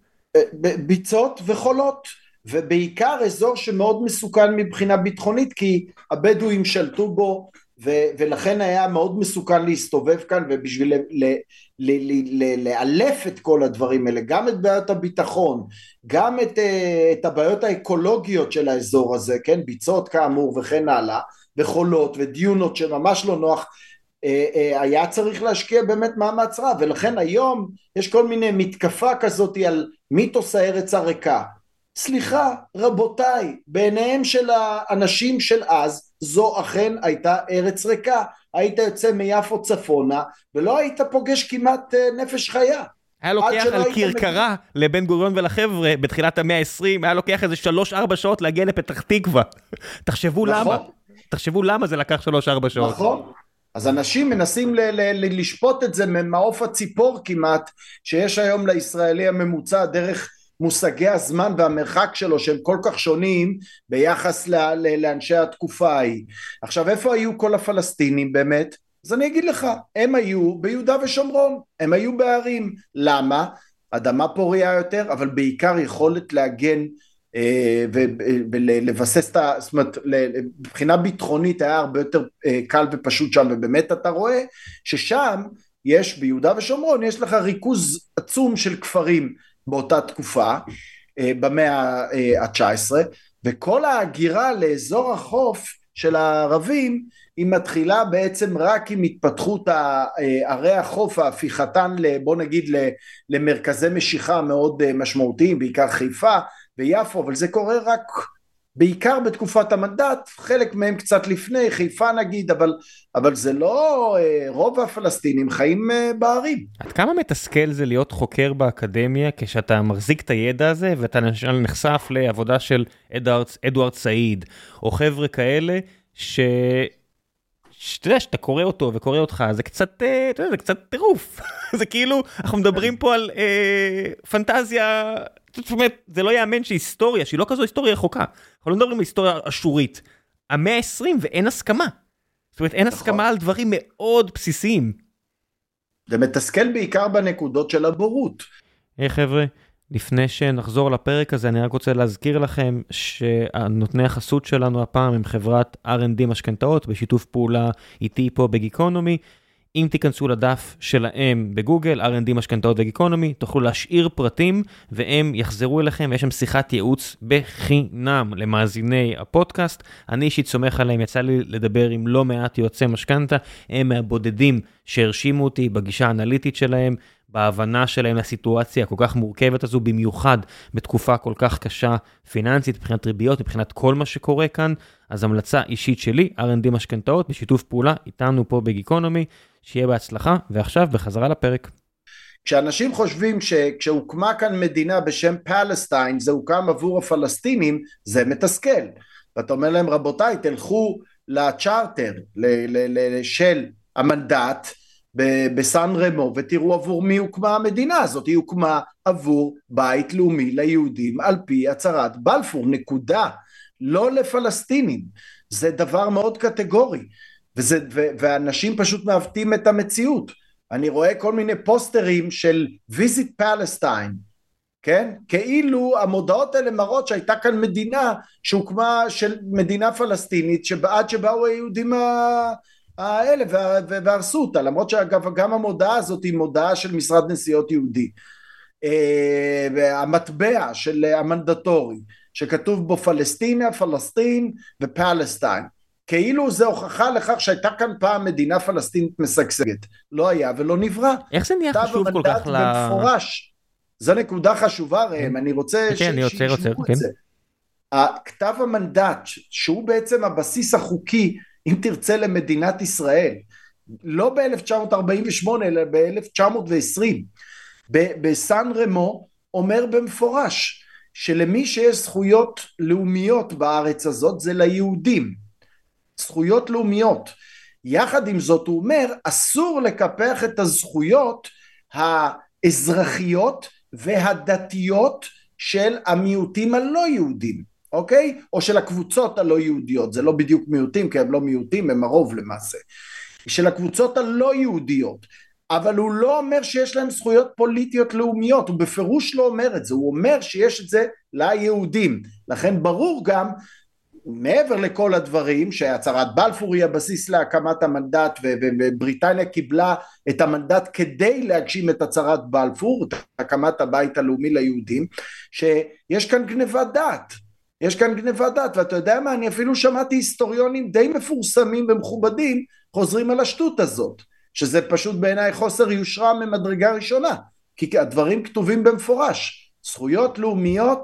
ביצות וחולות, ובעיקר אזור שמאוד מסוכן מבחינה ביטחונית, כי הבדואים שלטו בו, ו- ולכן היה מאוד מסוכן להסתובב כאן, ובשביל ל- ל- ל- ל- לאלף את כל הדברים האלה, גם את בעיות הביטחון, גם את, את הבעיות האקולוגיות של האזור הזה, כן, ביצות כאמור וכן הלאה, וחולות ודיונות שממש לא נוח, היה צריך להשקיע באמת מאמץ רב, ולכן היום יש כל מיני מתקפה כזאת על מיתוס הארץ הריקה, סליחה, רבותיי, בעיניהם של האנשים של אז, זו אכן הייתה ארץ ריקה. היית יוצא מיפו צפונה, ולא היית פוגש כמעט נפש חיה. היה לוקח על כרכרה לבן גוריון ולחבר'ה בתחילת המאה ה-עשרים, היה לוקח איזה שלוש ארבע שעות להגיע לפתח תקווה. תחשבו למה. תחשבו למה זה לקח שלוש ארבע שעות. נכון. אז אנשים מנסים ל- ל- ל- לשפוט את זה ממעוף הציפור כמעט, שיש היום לישראלי הממוצע דרך מושגי הזמן והמרחק שלו שהם כל כך שונים ביחס ל- ל- לאנשי התקופה ההיא. עכשיו איפה היו כל הפלסטינים באמת? אז אני אגיד לך, הם היו ביהודה ושומרון, הם היו בערים. למה? אדמה פוריה יותר, אבל בעיקר יכולת להגן ולבסס את ה... זאת אומרת, מבחינה ביטחונית היה הרבה יותר קל ופשוט שם, ובאמת אתה רואה ששם יש, ביהודה ושומרון, יש לך ריכוז עצום של כפרים באותה תקופה, במאה ה-תשע עשרה, וכל ההגירה לאזור החוף של הערבים, היא מתחילה בעצם רק עם התפתחות ערי החוף, ההפיכתן, בוא נגיד, למרכזי משיכה מאוד משמעותיים, בעיקר חיפה ויפו, אבל זה קורה רק בעיקר בתקופת המנדט, חלק מהם קצת לפני, חיפה נגיד, אבל, אבל זה לא, רוב הפלסטינים חיים בערים. עד כמה מתסכל זה להיות חוקר באקדמיה, כשאתה מחזיק את הידע הזה, ואתה נחשף לעבודה של אדוארד, אדוארד סעיד, או חבר'ה כאלה, ש... שאתה יודע, שאתה קורא אותו וקורא אותך, זה קצת, אתה יודע, זה קצת טירוף. זה כאילו, אנחנו מדברים פה על אה, פנטזיה, זאת אומרת, זה לא יאמן שהיסטוריה, שהיא לא כזו היסטוריה רחוקה. אנחנו לא מדברים על היסטוריה אשורית. המאה ה-עשרים ואין הסכמה. זאת אומרת, אין הסכמה על דברים מאוד בסיסיים. זה מתסכל בעיקר בנקודות של הבורות. היי חבר'ה, לפני שנחזור לפרק הזה, אני רק רוצה להזכיר לכם שהנותני החסות שלנו הפעם הם חברת אר אנד די משכנתאות, בשיתוף פעולה איתי פה בגיקונומי. אם תיכנסו לדף שלהם בגוגל, אר אנד די משכנתאות וגיקונומי, תוכלו להשאיר פרטים, והם יחזרו אליכם, ויש שם שיחת ייעוץ בחינם למאזיני הפודקאסט. אני אישית סומך עליהם, יצא לי לדבר עם לא מעט יועצי משכנתה, הם מהבודדים שהרשימו אותי בגישה האנליטית שלהם, בהבנה שלהם לסיטואציה כל כך מורכבת הזו, במיוחד בתקופה כל כך קשה פיננסית, מבחינת ריביות, מבחינת כל מה שקורה כאן. אז המלצה אישית שלי, אר אנד די משכנתאות, בשיתוף פעולה איתנו פה בגיקונומי, שיהיה בהצלחה, ועכשיו בחזרה לפרק. כשאנשים חושבים שכשהוקמה כאן מדינה בשם פלסטיין, זה הוקם עבור הפלסטינים, זה מתסכל. ואתה אומר להם, רבותיי, תלכו לצ'ארטר של המנדט, בסן רמו, ותראו עבור מי הוקמה המדינה הזאת. היא הוקמה עבור בית לאומי ליהודים על פי הצהרת בלפור, נקודה. לא לפלסטינים. זה דבר מאוד קטגורי, וזה, ו, ואנשים פשוט מעוותים את המציאות. אני רואה כל מיני פוסטרים של Visit Palestine, כן? כאילו המודעות האלה מראות שהייתה כאן מדינה שהוקמה של מדינה פלסטינית, שעד שבאו היהודים האלה והרסו אותה, למרות שאגב גם המודעה הזאת היא מודעה של משרד נסיעות יהודי. המטבע של המנדטורי, שכתוב בו פלסטינה, פלסטין ופלסטיין, כאילו זה הוכחה לכך שהייתה כאן פעם מדינה פלסטינית משגשגת. לא היה ולא נברא. איך זה נהיה חשוב כל כך ל... במפורש, זו נקודה חשובה ראם, אני רוצה שישמעו את זה. הכתב המנדט, שהוא בעצם הבסיס החוקי, אם תרצה, למדינת ישראל, לא ב-אלף תשע מאות ארבעים ושמונה, אלא ב-אלף תשע מאות ועשרים, בסן רמו, אומר במפורש, שלמי שיש זכויות לאומיות בארץ הזאת, זה ליהודים. זכויות לאומיות. יחד עם זאת הוא אומר, אסור לקפח את הזכויות האזרחיות והדתיות של המיעוטים הלא יהודים, אוקיי? או של הקבוצות הלא יהודיות, זה לא בדיוק מיעוטים, כי הם לא מיעוטים, הם הרוב למעשה. של הקבוצות הלא יהודיות. אבל הוא לא אומר שיש להם זכויות פוליטיות לאומיות, הוא בפירוש לא אומר את זה, הוא אומר שיש את זה ליהודים. לכן ברור גם, מעבר לכל הדברים, שהצהרת בלפור היא הבסיס להקמת המנדט, ובריטניה קיבלה את המנדט כדי להגשים את הצהרת בלפור, את הקמת הבית הלאומי ליהודים, שיש כאן גנבת דעת, יש כאן גנבת דעת, ואתה יודע מה, אני אפילו שמעתי היסטוריונים די מפורסמים ומכובדים, חוזרים על השטות הזאת, שזה פשוט בעיניי חוסר יושרה ממדרגה ראשונה, כי הדברים כתובים במפורש, זכויות לאומיות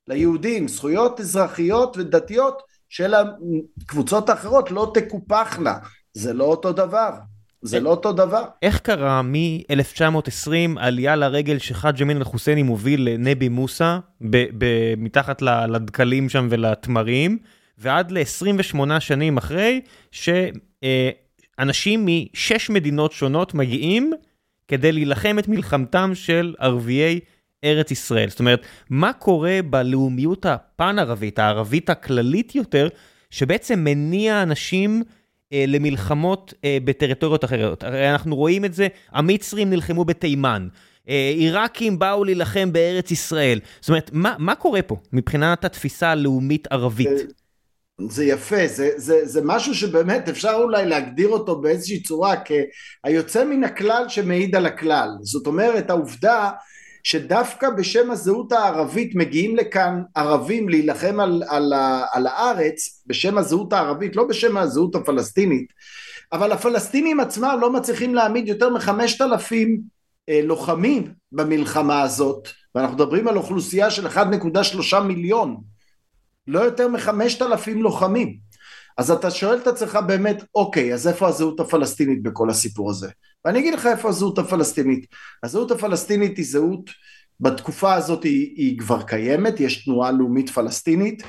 ליהודים, זכויות אזרחיות ודתיות של הקבוצות האחרות לא תקופחנה, זה לא אותו דבר, זה לא אותו דבר. איך קרה מ-אלף תשע מאות עשרים עלייה לרגל שחאג' אמין אל-חוסייני מוביל לנבי מוסא, מתחת לדקלים שם ולתמרים, ועד ל-עשרים ושמונה שנים אחרי, שאנשים משש מדינות שונות מגיעים, כדי להילחם את מלחמתם של ערביי ארץ ישראל. זאת אומרת, מה קורה בלאומיות הפן-ערבית, הערבית הכללית יותר, שבעצם מניע אנשים אה, למלחמות אה, בטריטוריות אחרות? הרי אנחנו רואים את זה, המצרים נלחמו בתימן, אה, עיראקים באו להילחם בארץ ישראל. זאת אומרת, מה, מה קורה פה מבחינת התפיסה הלאומית ערבית? זה יפה, זה, זה, זה משהו שבאמת אפשר אולי להגדיר אותו באיזושהי צורה כהיוצא מן הכלל שמעיד על הכלל. זאת אומרת, העובדה שדווקא בשם הזהות הערבית מגיעים לכאן ערבים להילחם על, על, על הארץ, בשם הזהות הערבית, לא בשם הזהות הפלסטינית, אבל הפלסטינים עצמם לא מצליחים להעמיד יותר מחמשת אלפים אה, לוחמים במלחמה הזאת, ואנחנו מדברים על אוכלוסייה של אחד נקודה שלושה מיליון, לא יותר מחמשת אלפים לוחמים. אז אתה שואל את עצמך באמת, אוקיי, אז איפה הזהות הפלסטינית בכל הסיפור הזה? ואני אגיד לך איפה הזהות הפלסטינית. הזהות הפלסטינית היא זהות, בתקופה הזאת היא, היא כבר קיימת, יש תנועה לאומית פלסטינית,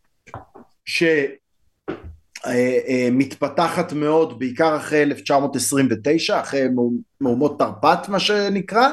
שמתפתחת מאוד, בעיקר אחרי אלף תשע מאות עשרים ותשע, אחרי מהומות תרפ"ט מה שנקרא,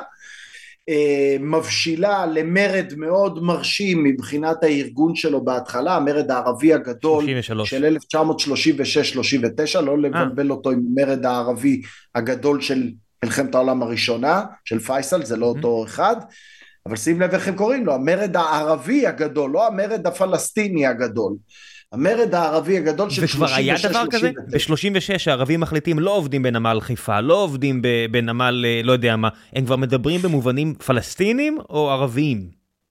מבשילה למרד מאוד מרשים מבחינת הארגון שלו בהתחלה, המרד הערבי הגדול של אלף תשע מאות שלושים ושש שלושים ותשע, לא לבלבל אותו עם המרד הערבי הגדול של מלחמת העולם הראשונה, של פייסל, זה לא אותו אחד, אבל שים לב איך הם קוראים לו, המרד הערבי הגדול, לא המרד הפלסטיני הגדול. המרד הערבי הגדול של וכבר היה דבר כזה? ב-שלושים ושש הערבים מחליטים לא עובדים בנמל חיפה, לא עובדים בנמל לא יודע מה, הם כבר מדברים במובנים פלסטינים או ערביים?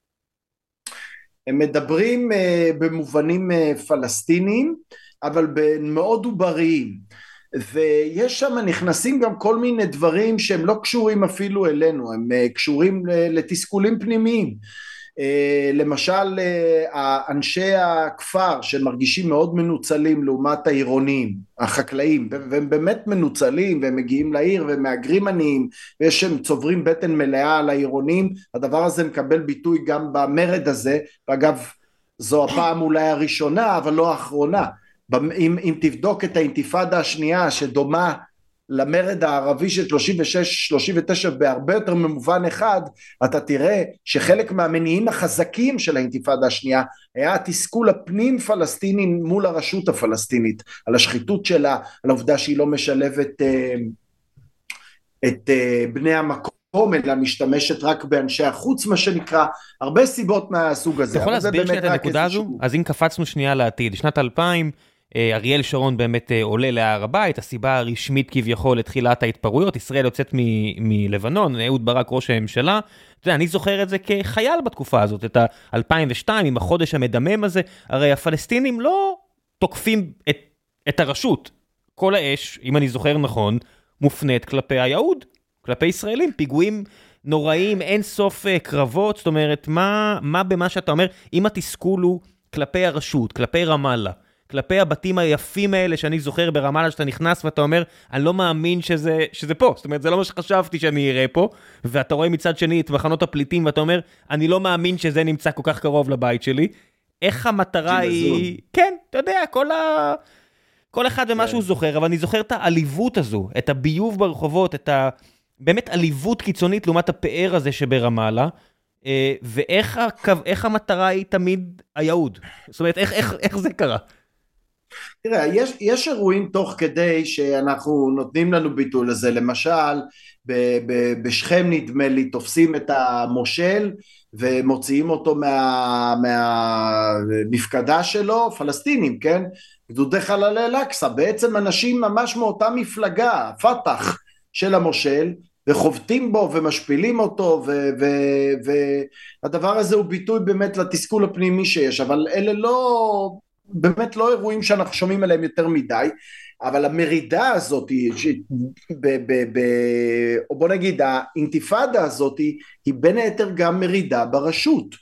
הם מדברים במובנים פלסטינים, אבל מאוד עובריים, ויש שם נכנסים גם כל מיני דברים שהם לא קשורים אפילו אלינו, הם קשורים לתסכולים פנימיים, למשל אנשי הכפר שמרגישים מאוד מנוצלים לעומת העירונים, החקלאים, והם באמת מנוצלים והם מגיעים לעיר ומאגרים עניים ויש שהם צוברים בטן מלאה על העירונים, הדבר הזה מקבל ביטוי גם במרד הזה, ואגב זו הפעם אולי הראשונה אבל לא האחרונה, אם, אם תבדוק את האינתיפאדה השנייה שדומה למרד הערבי של שלושים ושש שלושים ותשע בהרבה יותר ממובן אחד, אתה תראה שחלק מהמניעים החזקים של האינתיפאדה השנייה היה התסכול הפנים פלסטיני מול הרשות הפלסטינית, על השחיתות שלה, על העובדה שהיא לא משלבת את בני המקום, אלא משתמשת רק באנשי החוץ מה שנקרא, הרבה סיבות מהסוג הזה. אתה יכול להסביר שנייה את הנקודה הזו? אז אם קפצנו שנייה לעתיד, שנת אלפיים, אריאל שרון באמת עולה להר הבית, הסיבה הרשמית כביכול לתחילת ההתפרעויות, ישראל יוצאת מלבנון, אהוד ברק ראש הממשלה, אתה יודע, אני זוכר את זה כחייל בתקופה הזאת, את ה-אלפיים ושתיים עם החודש המדמם הזה, הרי הפלסטינים לא תוקפים את, את הרשות, כל האש, אם אני זוכר נכון, מופנית כלפי היהוד, כלפי ישראלים, פיגועים נוראים, אין סוף קרבות, זאת אומרת, מה, מה במה שאתה אומר, אם התסכול הוא כלפי הרשות, כלפי רמאללה, כלפי הבתים היפים האלה שאני זוכר ברמאללה שאתה נכנס ואתה אומר, אני לא מאמין שזה, שזה פה, זאת אומרת, זה לא מה שחשבתי שאני אראה פה, ואתה רואה מצד שני את מחנות הפליטים ואתה אומר, אני לא מאמין שזה נמצא כל כך קרוב לבית שלי, איך המטרה היא, כן, אתה יודע, כל ה... כל אחד ומה שהוא זוכר, אבל אני זוכר את העליבות הזו, את הביוב ברחובות, את ה... באמת עליבות קיצונית לעומת הפאר הזה שברמאללה, ואיך הקו... איך המטרה היא תמיד היהוד, זאת אומרת, איך, איך, איך זה קרה? תראה, יש, יש אירועים תוך כדי שאנחנו נותנים לנו ביטוי לזה, למשל ב, ב, בשכם נדמה לי תופסים את המושל ומוציאים אותו מה, מהמפקדה שלו, פלסטינים, כן? גדודי חללי אל-אקצא, בעצם אנשים ממש מאותה מפלגה, פתח של המושל, וחובטים בו ומשפילים אותו, והדבר הזה הוא ביטוי באמת לתסכול הפנימי שיש, אבל אלה לא... באמת לא אירועים שאנחנו שומעים עליהם יותר מדי, אבל המרידה הזאת, ב, ב, ב, או בוא נגיד, האינתיפאדה הזאת, היא בין היתר גם מרידה ברשות,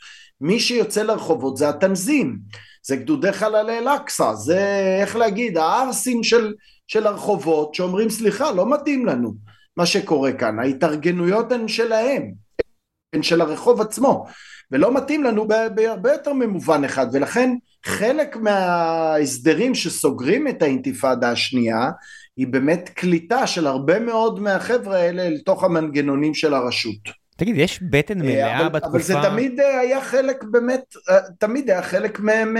מי שיוצא לרחובות זה התנזים, זה גדודי חללי אל-אקצא, זה איך להגיד, הערסים של, של הרחובות שאומרים סליחה, לא מתאים לנו מה שקורה כאן, ההתארגנויות הן שלהם, הן של הרחוב עצמו, ולא מתאים לנו בהרבה יותר ממובן אחד, ולכן חלק מההסדרים שסוגרים את האינתיפאדה השנייה, היא באמת קליטה של הרבה מאוד מהחבר'ה האלה לתוך המנגנונים של הרשות. תגיד, יש בטן מלאה אבל, בתקופה... אבל זה תמיד היה חלק באמת, תמיד היה חלק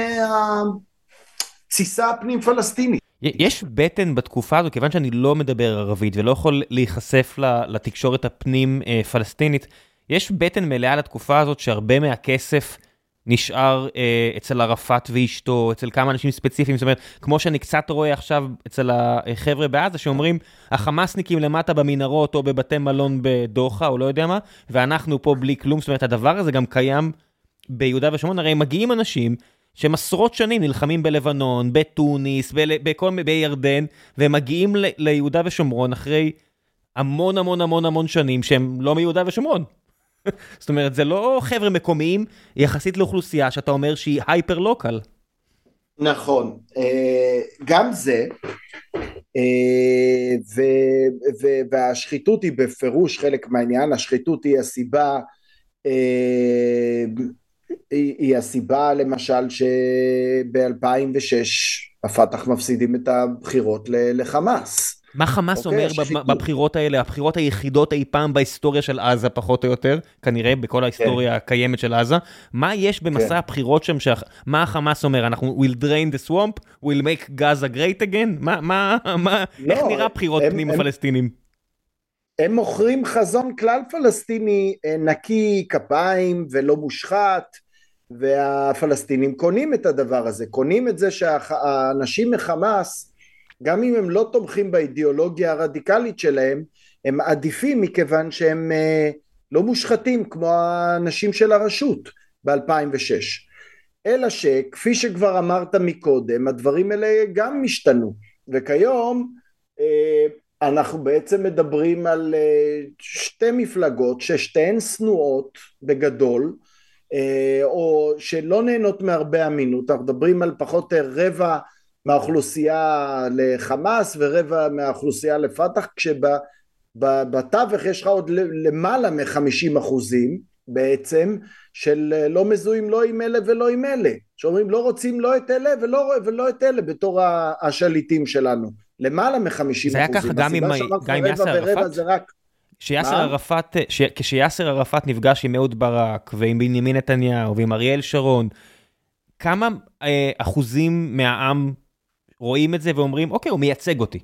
מהתסיסה הפנים פלסטינית. יש בטן בתקופה הזו, כיוון שאני לא מדבר ערבית ולא יכול להיחשף לתקשורת הפנים פלסטינית, יש בטן מלאה לתקופה הזאת שהרבה מהכסף נשאר אה, אצל ערפאת ואשתו, אצל כמה אנשים ספציפיים, זאת אומרת, כמו שאני קצת רואה עכשיו אצל החבר'ה בעזה, שאומרים, החמאסניקים למטה במנהרות או בבתי מלון בדוחה, או לא יודע מה, ואנחנו פה בלי כלום, זאת אומרת, הדבר הזה גם קיים ביהודה ושומרון, הרי מגיעים אנשים שהם עשרות שנים נלחמים בלבנון, בתוניס, בכל, בירדן, והם מגיעים ל, ליהודה ושומרון אחרי המון המון המון המון שנים שהם לא מיהודה ושומרון. זאת אומרת, זה לא חבר'ה מקומיים יחסית לאוכלוסייה שאתה אומר שהיא הייפר לוקל. נכון, גם זה, והשחיתות היא בפירוש חלק מהעניין, השחיתות היא הסיבה, היא הסיבה למשל שב-אלפיים ושש הפתח מפסידים את הבחירות לחמאס. מה חמאס אומר בבחירות האלה, הבחירות היחידות אי פעם בהיסטוריה של עזה פחות או יותר, כנראה בכל ההיסטוריה הקיימת של עזה, מה יש במסע הבחירות שם, מה החמאס אומר, אנחנו will drain the swamp, will make Gaza great again, איך נראה בחירות פנים הפלסטינים? הם מוכרים חזון כלל פלסטיני נקי כפיים ולא מושחת, והפלסטינים קונים את הדבר הזה, קונים את זה שהאנשים מחמאס, גם אם הם לא תומכים באידיאולוגיה הרדיקלית שלהם, הם עדיפים מכיוון שהם לא מושחתים כמו האנשים של הרשות ב-אלפיים ושש. אלא שכפי שכבר אמרת מקודם, הדברים האלה גם משתנו, וכיום אנחנו בעצם מדברים על שתי מפלגות ששתיהן שנואות בגדול, או שלא נהנות מהרבה אמינות, אנחנו מדברים על פחות רבע מהאוכלוסייה לחמאס ורבע מהאוכלוסייה לפתח, כשבתווך יש לך עוד למעלה מ-חמישים אחוזים בעצם של לא מזוהים לא עם אלה ולא עם אלה, שאומרים לא רוצים לא את אלה ולא, ולא את אלה בתור השליטים שלנו, למעלה מ-חמישים אחוזים. זה היה ככה גם עם, גם עם יאסר ערפאת? רק... שיאסר ערפאת, ש... כשיאסר ערפאת נפגש עם אהוד ברק ועם בנימין נתניהו ועם אריאל שרון, כמה אה, אחוזים מהעם רואים את זה ואומרים, אוקיי, הוא מייצג אותי?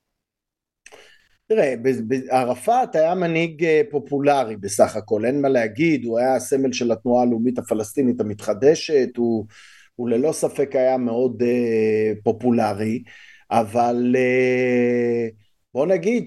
תראה, ערפאת היה מנהיג פופולרי בסך הכל, אין מה להגיד, הוא היה הסמל של התנועה הלאומית הפלסטינית המתחדשת, הוא, הוא ללא ספק היה מאוד uh, פופולרי, אבל uh, בוא נגיד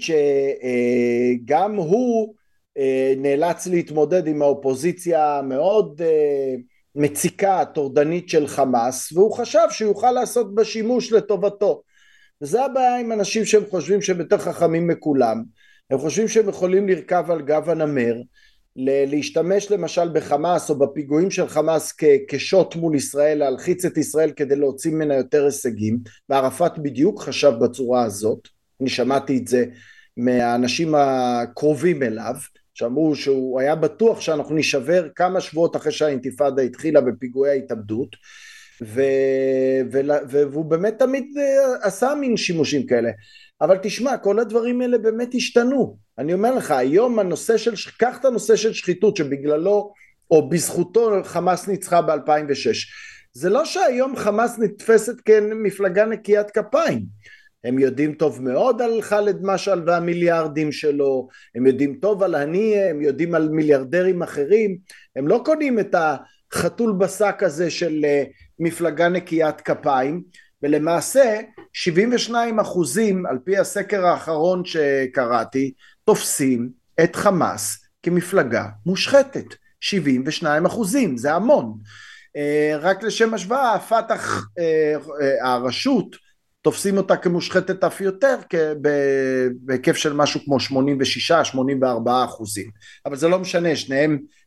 שגם uh, הוא uh, נאלץ להתמודד עם האופוזיציה מאוד uh, מציקה, טורדנית של חמאס, והוא חשב שיוכל לעשות בשימוש לטובתו. וזה הבעיה עם אנשים שהם חושבים שהם יותר חכמים מכולם, הם חושבים שהם יכולים לרכב על גב הנמר, להשתמש למשל בחמאס או בפיגועים של חמאס כשוט מול ישראל, להלחיץ את ישראל כדי להוציא ממנה יותר הישגים, וערפאת בדיוק חשב בצורה הזאת, אני שמעתי את זה מהאנשים הקרובים אליו, שאמרו שהוא היה בטוח שאנחנו נשבר כמה שבועות אחרי שהאינתיפאדה התחילה בפיגועי ההתאבדות, ו... ו... והוא באמת תמיד עשה מין שימושים כאלה, אבל תשמע, כל הדברים האלה באמת השתנו. אני אומר לך, היום הנושא של, קח את הנושא של שחיתות שבגללו או בזכותו חמאס ניצחה ב-אלפיים ושש, זה לא שהיום חמאס נתפסת כמפלגה נקיית כפיים, הם יודעים טוב מאוד על חאלד משעל והמיליארדים שלו, הם יודעים טוב על הנייה, הם יודעים על מיליארדרים אחרים, הם לא קונים את החתול בשק הזה של מפלגה נקיית כפיים, ולמעשה שבעים ושניים אחוזים על פי הסקר האחרון שקראתי, תופסים את חמאס כמפלגה מושחתת, שבעים ושניים אחוזים, זה המון. רק לשם השוואה, הפתח, הרשות, תופסים אותה כמושחתת אף יותר, בהיקף של משהו כמו שמונים ושש שמונים וארבעה אחוזים, אבל זה לא משנה, שניהם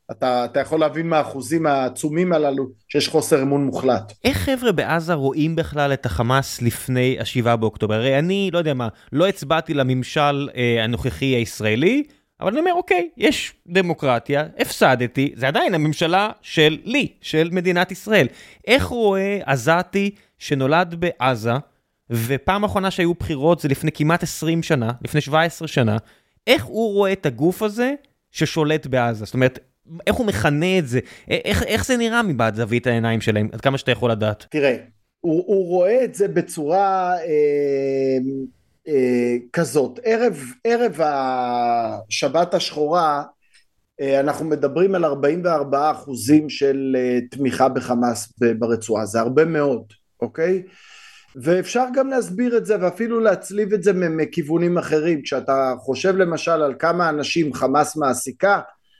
אתה, אתה יכול להבין מהאחוזים העצומים הללו שיש חוסר אמון מוחלט. איך חבר'ה בעזה רואים בכלל את החמאס לפני השבעה באוקטובר? הרי אני, לא יודע מה, לא הצבעתי לממשל אה, הנוכחי הישראלי, אבל אני אומר, אוקיי, יש דמוקרטיה, הפסדתי, זה עדיין הממשלה של לי, של מדינת ישראל. איך רואה עזתי שנולד בעזה, ופעם האחרונה שהיו בחירות זה לפני כמעט עשרים שנה, לפני שבע עשרה שנה, איך הוא רואה את הגוף הזה ששולט בעזה? זאת אומרת, איך הוא מכנה את זה? איך, איך זה נראה מבעד זווית העיניים שלהם? עד כמה שאתה יכול לדעת. תראה, הוא, הוא רואה את זה בצורה אה, אה, כזאת. ערב, ערב השבת השחורה, אה, אנחנו מדברים על ארבעים וארבעה אחוזים של אה, תמיכה בחמאס ברצועה. זה הרבה מאוד, אוקיי? ואפשר גם להסביר את זה ואפילו להצליב את זה מכיוונים אחרים. כשאתה חושב למשל על כמה אנשים חמאס מעסיקה,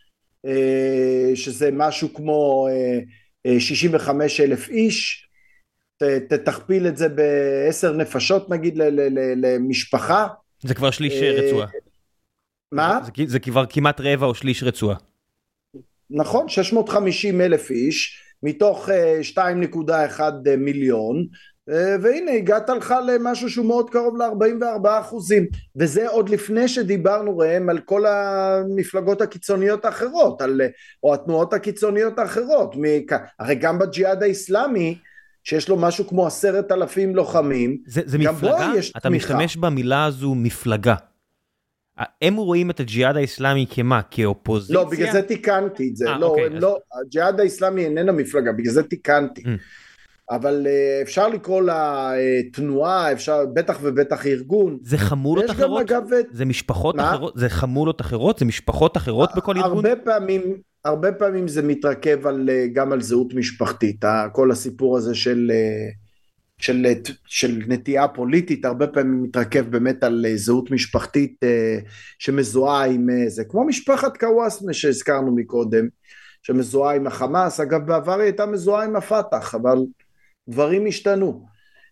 שזה משהו כמו שישים וחמישה אלף איש, תכפיל את זה בעשר נפשות נגיד למשפחה. זה כבר שליש רצועה. מה? זה, זה כבר כמעט רבע או שליש רצועה. נכון, שש מאות וחמישים אלף איש, מתוך שתיים נקודה אחת מיליון, והנה הגעת לך למשהו שהוא מאוד קרוב ל-ארבעים וארבעה אחוזים, וזה עוד לפני שדיברנו ראם על כל המפלגות הקיצוניות האחרות, על, או התנועות הקיצוניות האחרות, הרי גם בג'יהאד האסלאמי, שיש לו משהו כמו עשרת אלפים לוחמים, זה, זה מפלגה? אתה תמיכה. משתמש במילה הזו מפלגה. הם רואים את הג'יהאד האסלאמי כמה? כאופוזיציה? לא, בגלל זה תיקנתי את זה. 아, לא, אוקיי, אז... לא, הג'יהאד האסלאמי איננה מפלגה, בגלל זה תיקנתי. Mm. אבל אפשר לקרוא לה תנועה, אפשר, בטח ובטח ארגון. זה חמולות אחרות? אגב, זה משפחות מה? אחרות? זה חמולות אחרות? זה משפחות אחרות בכל ארגון? הרבה פעמים, הרבה פעמים זה מתרכב על, גם על זהות משפחתית. כל הסיפור הזה של, של, של נטייה פוליטית, הרבה פעמים מתרכב באמת על זהות משפחתית שמזוהה עם זה. כמו משפחת קוואסמה שהזכרנו מקודם, שמזוהה עם החמאס. אגב, בעבר היא הייתה מזוהה עם הפתח, אבל... דברים השתנו.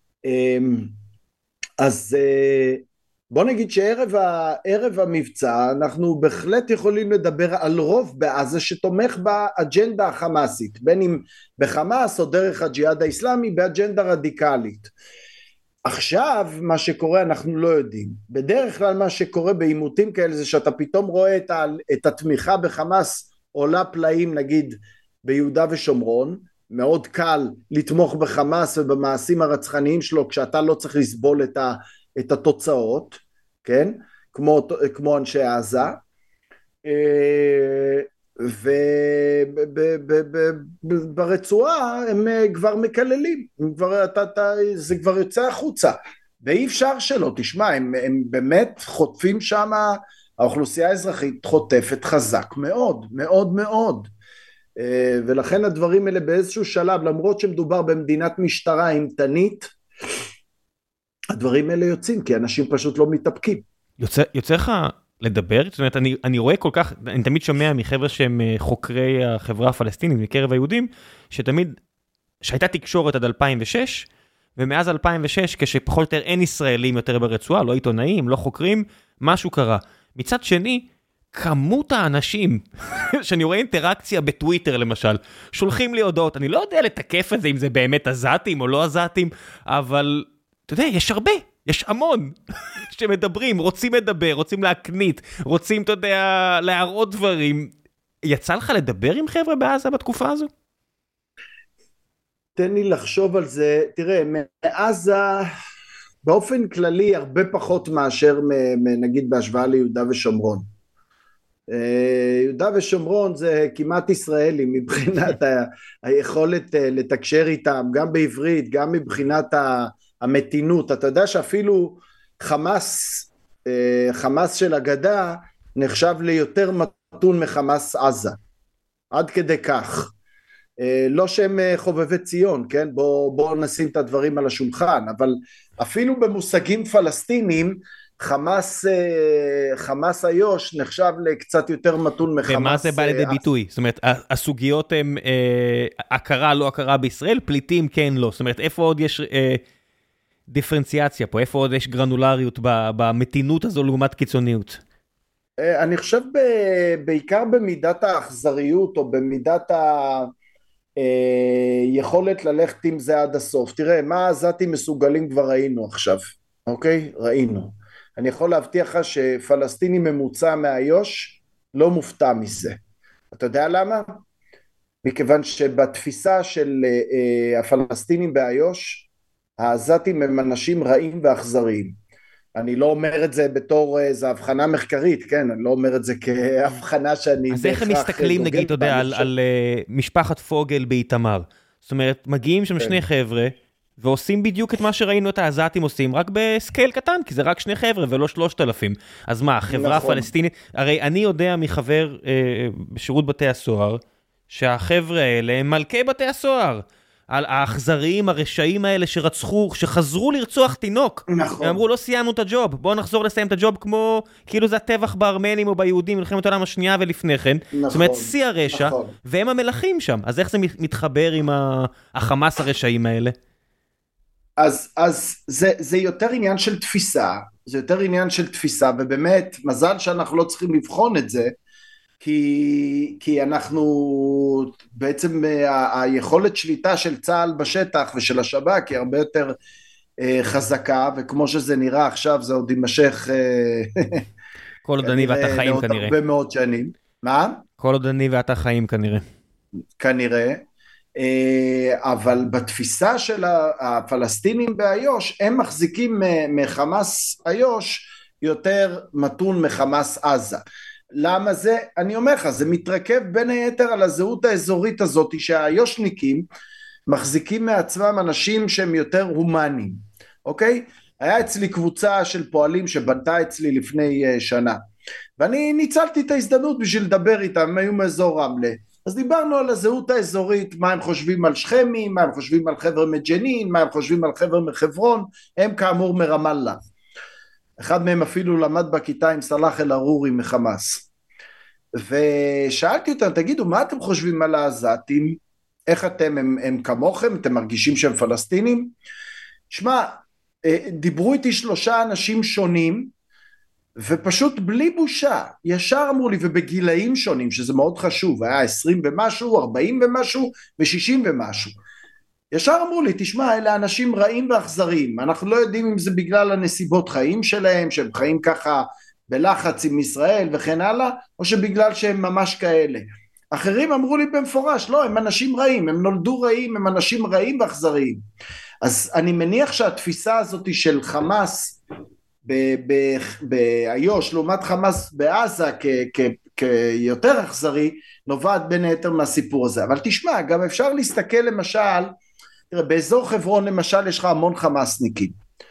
אז בוא נגיד שערב המבצע אנחנו בהחלט יכולים לדבר על רוב בעזה שתומך באג'נדה החמאסית, בין אם בחמאס או דרך הג'יהאד האסלאמי באג'נדה רדיקלית. עכשיו מה שקורה אנחנו לא יודעים. בדרך כלל מה שקורה בעימותים כאלה זה שאתה פתאום רואה את, ה, את התמיכה בחמאס עולה פלאים נגיד ביהודה ושומרון, מאוד קל לתמוך בחמאס ובמעשים הרצחניים שלו כשאתה לא צריך לסבול את, ה, את התוצאות, כן? כמו, כמו אנשי עזה, וברצועה הם כבר מקללים, הם כבר, אתה, אתה, זה כבר יוצא החוצה, ואי אפשר שלא, תשמע, הם, הם באמת חוטפים שם, האוכלוסייה האזרחית חוטפת חזק מאוד, מאוד מאוד, ולכן הדברים האלה באיזשהו שלב, למרות שמדובר במדינת משטרה אימתנית, הדברים האלה יוצאים, כי אנשים פשוט לא מתאפקים. יוצא, יוצא לך לדבר? זאת אומרת, אני, אני רואה כל כך, אני תמיד שומע מחבר'ה שהם חוקרי החברה הפלסטינית, מקרב היהודים, שתמיד, שהייתה תקשורת עד אלפיים ושש, ומאז אלפיים ושש, כשפחות או יותר אין ישראלים יותר ברצועה, לא עיתונאים, לא חוקרים, משהו קרה. מצד שני, כמות האנשים שאני רואה אינטראקציה בטוויטר למשל, שולחים לי הודעות, אני לא יודע לתקף את זה אם זה באמת עזתים או לא עזתים, אבל אתה יודע, יש הרבה, יש המון שמדברים, רוצים לדבר, רוצים להקנית, רוצים, אתה יודע, להראות דברים. יצא לך לדבר עם חבר'ה בעזה בתקופה הזו? תן לי לחשוב על זה. תראה, מעזה באופן כללי הרבה פחות מאשר נגיד בהשוואה ליהודה ושומרון. יהודה ושומרון זה כמעט ישראלי מבחינת היכולת לתקשר איתם, גם בעברית, גם מבחינת המתינות. אתה יודע שאפילו חמאס, חמאס של הגדה נחשב ליותר מתון מחמאס עזה, עד כדי כך. לא שהם חובבי ציון, כן? בוא, בוא נשים את הדברים על השולחן, אבל אפילו במושגים פלסטינים, חמאס, חמאס איו"ש נחשב לקצת יותר מתון מחמאס. ומה זה בא לידי ביטוי? זאת אומרת, הסוגיות הן הכרה, לא הכרה בישראל, פליטים כן, לא. זאת אומרת, איפה עוד יש דיפרנציאציה פה? איפה עוד יש גרנולריות במתינות הזו לעומת קיצוניות? אני חושב בעיקר במידת האכזריות, או במידת היכולת ללכת עם זה עד הסוף. תראה, מה העזתים מסוגלים כבר ראינו עכשיו, אוקיי? ראינו. אני יכול להבטיח לך שפלסטיני ממוצע מאיו"ש לא מופתע מזה. אתה יודע למה? מכיוון שבתפיסה של הפלסטינים באיו"ש, העזתים הם אנשים רעים ואכזריים. אני לא אומר את זה בתור איזו הבחנה מחקרית, כן? אני לא אומר את זה כהבחנה שאני... אז איך הם מסתכלים, נגיד, אתה יודע, על, על uh, משפחת פוגל באיתמר? זאת אומרת, מגיעים שם כן. שני חבר'ה, ועושים בדיוק את מה שראינו את העזתים עושים, רק בסקייל קטן, כי זה רק שני חבר'ה ולא שלושת אלפים. אז מה, חברה נכון. פלסטינית... הרי אני יודע מחבר uh, בשירות בתי הסוהר, שהחבר'ה האלה הם מלכי בתי הסוהר. על האכזריים, הרשעים האלה שרצחו, שחזרו לרצוח תינוק. נכון. הם אמרו, לא סיימנו את הג'וב, בואו נחזור לסיים את הג'וב כמו, כאילו זה הטבח בארמנים או ביהודים, מלחמת העולם השנייה ולפני כן. נכון. זאת אומרת, שיא הרשע, נכון. והם המלכים שם. אז איך זה מתחבר עם החמאס הרשעים האלה? אז, אז זה, זה יותר עניין של תפיסה, זה יותר עניין של תפיסה, ובאמת, מזל שאנחנו לא צריכים לבחון את זה, כי, כי אנחנו בעצם ה, היכולת שליטה של צה"ל בשטח ושל השב"כ היא הרבה יותר אה, חזקה, וכמו שזה נראה עכשיו זה עוד יימשך אה, כל עוד אני ואתה חיים כנראה הרבה מאוד שנים. מה? כל עוד אני ואתה חיים כנראה כנראה אה, אבל בתפיסה של הפלסטינים באיו"ש הם מחזיקים מחמאס איו"ש יותר מתון מחמאס עזה. למה זה? אני אומר לך, זה מתרכב בין היתר על הזהות האזורית הזאת, שהיושניקים מחזיקים מעצמם אנשים שהם יותר הומניים, אוקיי? היה אצלי קבוצה של פועלים שבנתה אצלי לפני שנה, ואני ניצלתי את ההזדמנות בשביל לדבר איתם, הם היו מאזור רמלה, אז דיברנו על הזהות האזורית, מה הם חושבים על שכמים, מה הם חושבים על חבר מג'נין, מה הם חושבים על חבר מחברון, הם כאמור מרמאללה. אחד מהם אפילו למד בכיתה עם סלאח אל-ערורי מחמאס. ושאלתי אותם, תגידו, מה אתם חושבים על העזתים? איך אתם, הם, הם כמוכם? אתם מרגישים שהם פלסטינים? שמע, דיברו איתי שלושה אנשים שונים, ופשוט בלי בושה, ישר אמרו לי, ובגילאים שונים, שזה מאוד חשוב, היה עשרים ומשהו, ארבעים ומשהו, ושישים ומשהו. ישר אמרו לי, תשמע, אלה אנשים רעים ואכזריים, אנחנו לא יודעים אם זה בגלל הנסיבות חיים שלהם, שהם חיים ככה בלחץ עם ישראל וכן הלאה, או שבגלל שהם ממש כאלה. אחרים אמרו לי במפורש, לא, הם אנשים רעים, הם נולדו רעים, הם אנשים רעים ואכזריים. אז אני מניח שהתפיסה הזאת של חמאס באיו"ש, לעומת חמאס בעזה כיותר אכזרי, נובעת בין היתר מהסיפור הזה. אבל תשמע, גם אפשר להסתכל למשל, תראה, באזור חברון למשל יש לך המון חמאסניקים,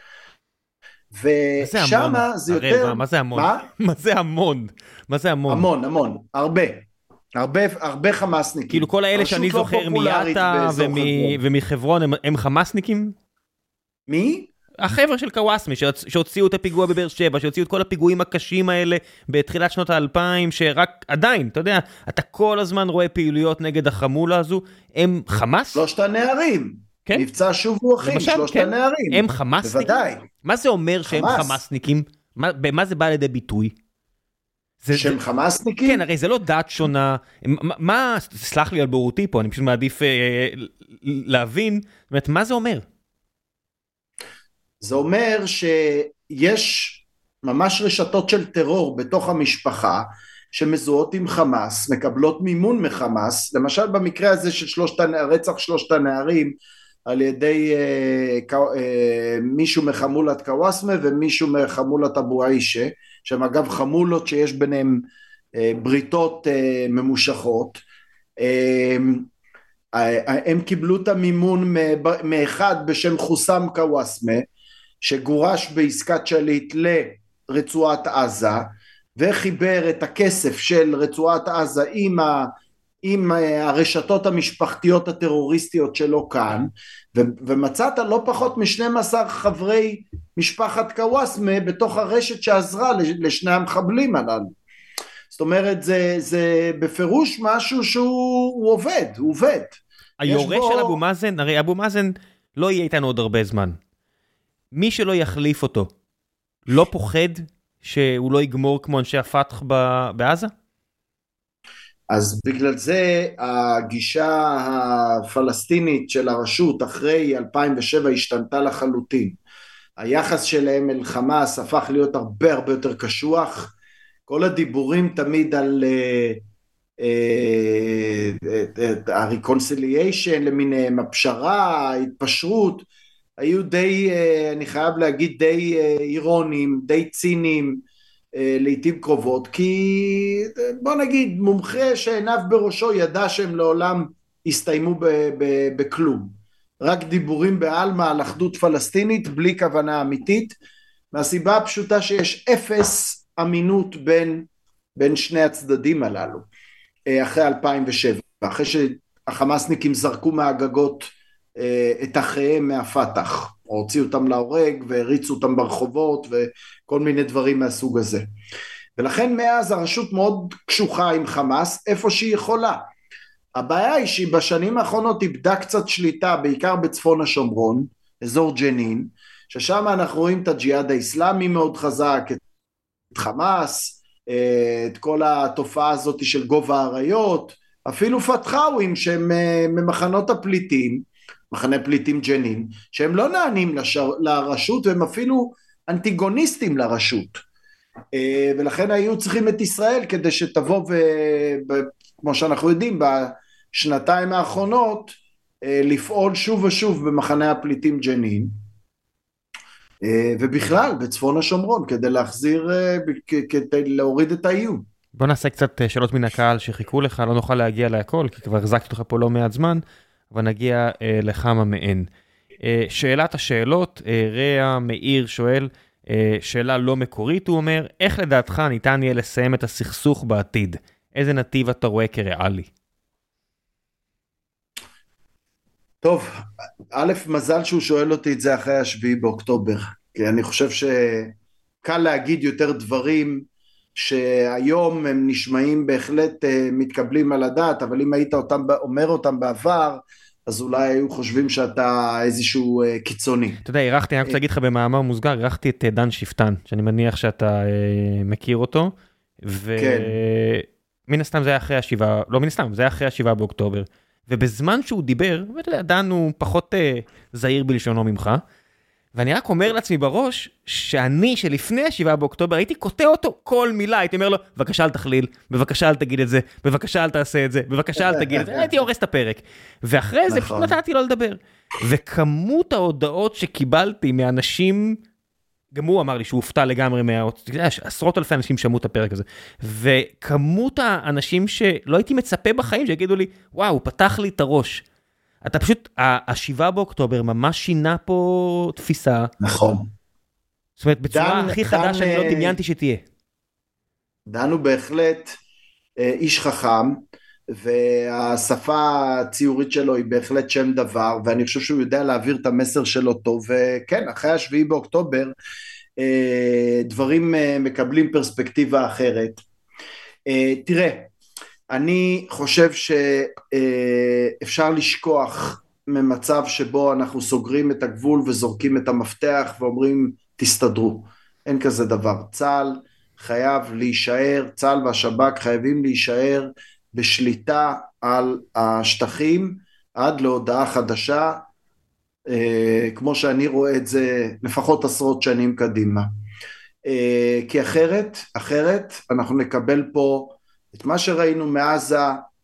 ושמה זה יותר... מה זה המון? מה זה המון? מה זה המון? המון, המון, הרבה, הרבה, הרבה חמאסניקים. כאילו כל האלה שאני זוכר מיאטה ומחברון הם חמאסניקים? מי? החבר'ה של קוואסמי, שהוציאו את הפיגוע בבאר שבע, שהוציאו את כל הפיגועים הקשים האלה בתחילת שנות האלפיים, שרק עדיין, אתה יודע, אתה כל הזמן רואה פעילויות נגד החמולה הזו, הם חמאס? שלושת הנערים. כן? מבצע שובו אחים, שלושת כן. הנערים. הם חמאסניקים? בוודאי. מה זה אומר שהם חמאס. חמאסניקים? מה, במה זה בא לידי ביטוי? זה, שהם זה... חמאסניקים? כן, הרי זה לא דת שונה. מה, מה סלח לי על בורותי פה, אני פשוט מעדיף אה, להבין, זאת אומרת, מה זה אומר? זה אומר שיש ממש רשתות של טרור בתוך המשפחה, שמזוהות עם חמאס, מקבלות מימון מחמאס, למשל במקרה הזה של שלושת, הרצח שלושת הנערים, על ידי אה, אה, מישהו מחמולת קוואסמה ומישהו מחמולת אבו עישה, שהם אגב חמולות שיש ביניהם אה, בריתות אה, ממושכות, אה, הם קיבלו את המימון מאחד בשם חוסם קוואסמה, שגורש בעסקת שליט לרצועת עזה, וחיבר את הכסף של רצועת עזה עם, ה, עם הרשתות המשפחתיות הטרוריסטיות שלו כאן, ו, ומצאת לא פחות מ-שנים עשר חברי משפחת קוואסמה בתוך הרשת שעזרה לשני המחבלים הללו. זאת אומרת, זה, זה בפירוש משהו שהוא עובד, הוא עובד. היורש בו... של אבו מאזן, הרי אבו מאזן לא יהיה איתנו עוד הרבה זמן. מי שלא יחליף אותו, לא פוחד שהוא לא יגמור כמו אנשי הפתח בעזה? אז בגלל זה הגישה הפלסטינית של הרשות אחרי אלפיים ושבע השתנתה לחלוטין. היחס שלהם אל חמאס הפך להיות הרבה הרבה יותר קשוח. כל הדיבורים תמיד על הריקונסיליישן למיניהם, הפשרה, ההתפשרות, היו די, אני חייב להגיד, די אירונים, די ציניים לעתים קרובות, כי בוא נגיד מומחה שעיניו בראשו ידע שהם לעולם הסתיימו בכלום, רק דיבורים בעלמא על אחדות פלסטינית בלי כוונה אמיתית, מהסיבה הפשוטה שיש אפס אמינות בין, בין שני הצדדים הללו אחרי אלפיים ושבע, אחרי שהחמאסניקים זרקו מהגגות את אחיהם מהפתח, או הוציאו אותם להורג והריצו אותם ברחובות וכל מיני דברים מהסוג הזה. ולכן מאז הרשות מאוד קשוחה עם חמאס איפה שהיא יכולה. הבעיה היא שהיא בשנים האחרונות איבדה קצת שליטה, בעיקר בצפון השומרון, אזור ג'נין, ששם אנחנו רואים את הג'יהאד האסלאמי מאוד חזק, את חמאס, את כל התופעה הזאת של גובה האריות, אפילו פתחאווים שהם ממחנות הפליטים, מחנה פליטים ג'נין, שהם לא נענים לשר, לרשות, והם אפילו אנטיגוניסטים לרשות, ולכן היו צריכים את ישראל כדי שתבוא, וכמו שאנחנו יודעים, בשנתיים האחרונות, לפעול שוב ושוב במחנה הפליטים ג'נין, ובכלל בצפון השומרון, כדי להחזיר, כדי להוריד את האיום. בוא נעשה קצת שאלות מן הקהל שחיכו לך, לא נוכל להגיע להכל, כי כבר החזקתי לך פה לא מעט זמן, אבל נגיע אה, לכמה מהן. אה, שאלת השאלות, אה, רע מאיר שואל, אה, שאלה לא מקורית, הוא אומר, איך לדעתך ניתן יהיה לסיים את הסכסוך בעתיד? איזה נתיב אתה רואה כריאלי? טוב, א', מזל שהוא שואל אותי את זה אחרי השביעי באוקטובר, כי אני חושב שקל להגיד יותר דברים שהיום הם נשמעים בהחלט מתקבלים על הדעת, אבל אם היית אותם, אומר אותם בעבר, אז אולי היו חושבים שאתה איזשהו קיצוני. אתה יודע, ערכתי, אני רוצה להגיד לך במאמר מוסגר, ערכתי את דן שפטן, שאני מניח שאתה מכיר אותו, ומן הסתם זה היה אחרי השבעה, לא מן הסתם, זה היה אחרי השבעה באוקטובר, ובזמן שהוא דיבר, דן הוא פחות זהיר בלשונו ממך, ואני רק אומר לעצמי בראש, שאני שלפני השבעה באוקטובר, הייתי קוטע אותו כל מילה, הייתי אומר לו, בבקשה אל תכליל, בבקשה אל תגיד את זה, בבקשה אל תעשה את זה, בבקשה אל תגיד את זה, הייתי הורס את הפרק. ואחרי זה פשוט נתתי לו לדבר. וכמות ההודעות שקיבלתי מאנשים, גם הוא אמר לי שהוא הופתע לגמרי, עשרות אלפי אנשים שמעו את הפרק הזה, וכמות האנשים שלא הייתי מצפה בחיים, שיגידו לי, וואו, הוא פתח לי את הראש. אתה פשוט, השבעה באוקטובר ממש שינה פה תפיסה. נכון. זאת אומרת, בצורה הכי חדה שאני לא דמיינתי שתהיה. דן הוא בהחלט איש חכם, והשפה הציורית שלו היא בהחלט שם דבר, ואני חושב שהוא יודע להעביר את המסר שלו טוב, וכן, אחרי השביעי באוקטובר, דברים מקבלים פרספקטיבה אחרת. תראה, אני חושב שאפשר לשכוח ממצב שבו אנחנו סוגרים את הגבול וזורקים את המפתח ואומרים תסתדרו, אין כזה דבר. צה"ל חייב להישאר, צה"ל והשב"כ חייבים להישאר בשליטה על השטחים עד להודעה חדשה, כמו שאני רואה את זה לפחות עשרות שנים קדימה, כי אחרת, אחרת אנחנו נקבל פה את מה שראינו מעזה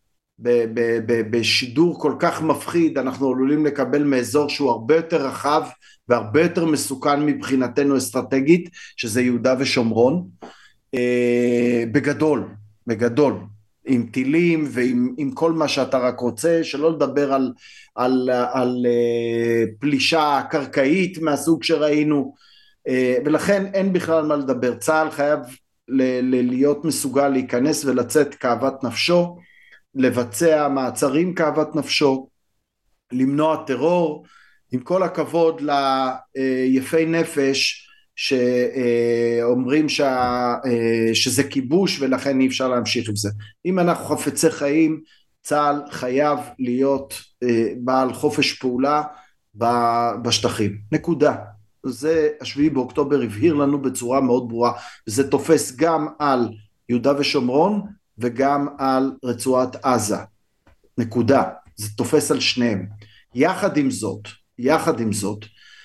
בשידור כל כך מפחיד, אנחנו עלולים לקבל מאזור שהוא הרבה יותר רחב והרבה יותר מסוכן מבחינתנו אסטרטגית, שזה יהודה ושומרון, בגדול, בגדול, עם טילים ועם עם כל מה שאתה רק רוצה, שלא לדבר על, על, על פלישה קרקעית מהסוג שראינו, ולכן אין בכלל מה לדבר. צה"ל חייב להיות מסוגל להיכנס ולצאת כאוות נפשו, לבצע מעצרים כאוות נפשו, למנוע טרור, עם כל הכבוד ליפי נפש שאומרים שה, שזה כיבוש ולכן אי אפשר להמשיך עם זה. אם אנחנו חפצי חיים, צה"ל חייב להיות בעל חופש פעולה בשטחים, נקודה. זה השביעי באוקטובר הבהיר לנו בצורה מאוד ברורה, וזה תופס גם על יהודה ושומרון וגם על רצועת עזה, נקודה, זה תופס על שניהם. יחד עם זאת, יחד עם זאת,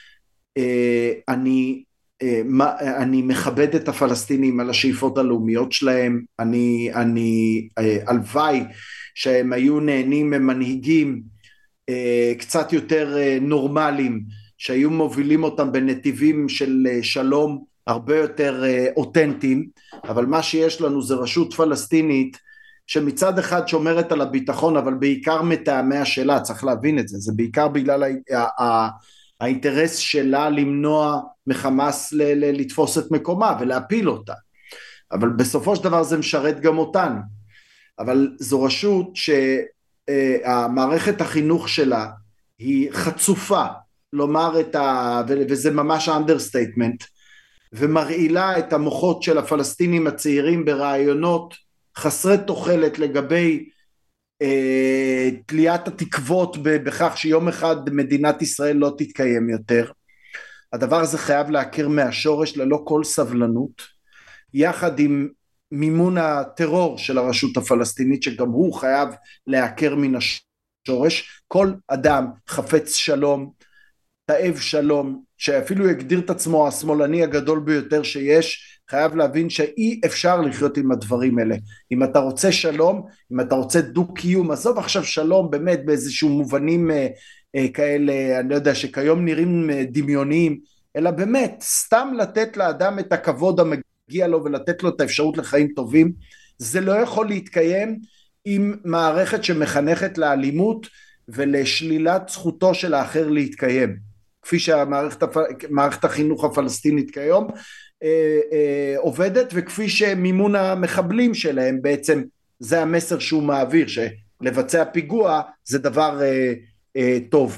אני, אני מכבד את הפלסטינים על השאיפות הלאומיות שלהם, אני, אני, הלוואי שהם היו נהנים ממנהיגים קצת יותר נורמליים, שהיו מובילים אותם בנתיבים של שלום הרבה יותר אותנטיים, אבל מה שיש לנו זה רשות פלסטינית שמצד אחד שומרת על הביטחון, אבל בעיקר מטעמי השאלה, צריך להבין את זה, זה בעיקר בגלל האינטרס שלה למנוע מחמאס לתפוס את מקומה ולהפיל אותה, אבל בסופו של דבר זה משרת גם אותנו. אבל זו רשות שהמערכת החינוך שלה היא חצופה, לומר את ה... וזה ממש אנדרסטייטמנט, ומרעילה את המוחות של הפלסטינים הצעירים ברעיונות חסרי תוחלת לגבי אה, תליית התקוות בכך שיום אחד מדינת ישראל לא תתקיים יותר. הדבר הזה חייב להכיר מהשורש ללא כל סבלנות, יחד עם מימון הטרור של הרשות הפלסטינית שגם הוא חייב להכיר מן השורש. כל אדם חפץ שלום, תאב שלום, שאפילו יגדיר את עצמו השמאלני הגדול ביותר שיש, חייב להבין שאי אפשר לחיות עם הדברים האלה. אם אתה רוצה שלום, אם אתה רוצה דו-קיום, עזוב עכשיו שלום באמת באיזשהו מובנים אה, אה, כאלה, אני לא יודע, שכיום נראים אה, דמיוניים, אלא באמת סתם לתת לאדם את הכבוד המגיע לו ולתת לו את האפשרות לחיים טובים, זה לא יכול להתקיים עם מערכת שמחנכת לאלימות ולשלילת זכותו של האחר להתקיים, כפי שהמערכת החינוך הפלסטינית כיום אה, אה, עובדת, וכפי שמימון המחבלים שלהם בעצם זה המסר שהוא מעביר, שלבצע פיגוע זה דבר אה, אה, טוב.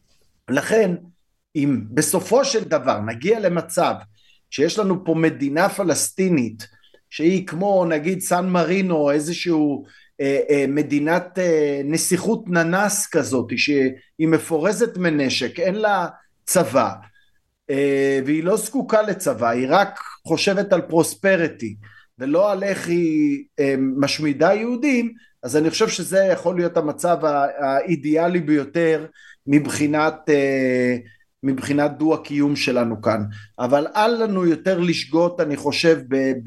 לכן אם בסופו של דבר נגיע למצב שיש לנו פה מדינה פלסטינית שהיא כמו נגיד סן מרינו, איזשהו אה, אה, מדינת אה, נסיכות ננס כזאת שהיא מפורזת מנשק, אין לה צבא אה, והיא לא זקוקה לצבא, היא רק חושבת על פרוספריטי ולא על איך היא אה, משמידה יהודים, אז אני חושב שזה יכול להיות המצב האידיאלי ביותר מבחינת אה, מבחינת דו הקיום שלנו כאן. אבל אל לנו יותר לשגות, אני חושב,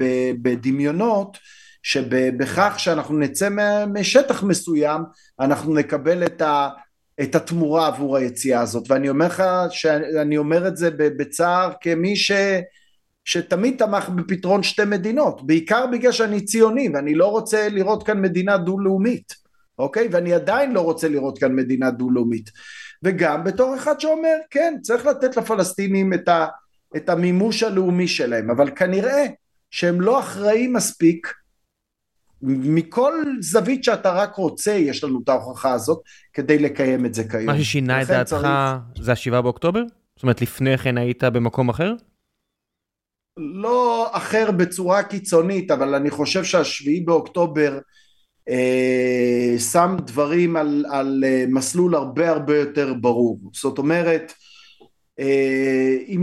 בדמיונות, שבכך שאנחנו נצא משטח מסוים, אנחנו נקבל את, ה, את התמורה עבור היציאה הזאת. ואני אומר לך, שאני אומר את זה בצער, כמי ש, שתמיד תמך בפתרון שתי מדינות, בעיקר בגלל שאני ציוני, ואני לא רוצה לראות כאן מדינה דו-לאומית, אוקיי? ואני עדיין לא רוצה לראות כאן מדינה דו-לאומית. וגם בתור אחד שאומר, כן, צריך לתת לפלסטינים את, ה, את המימוש הלאומי שלהם, אבל כנראה שהם לא אחראים מספיק, מכל זווית שאתה רק רוצה, יש לנו את ההוכחה הזאת, כדי לקיים את זה כיום. מה ששינה את דעתך צריך... זה השבעה באוקטובר? זאת אומרת, לפני כן היית במקום אחר? לא אחר בצורה קיצונית, אבל אני חושב שהשביעי באוקטובר, שם דברים על, על מסלול הרבה הרבה יותר ברור. זאת אומרת, אם,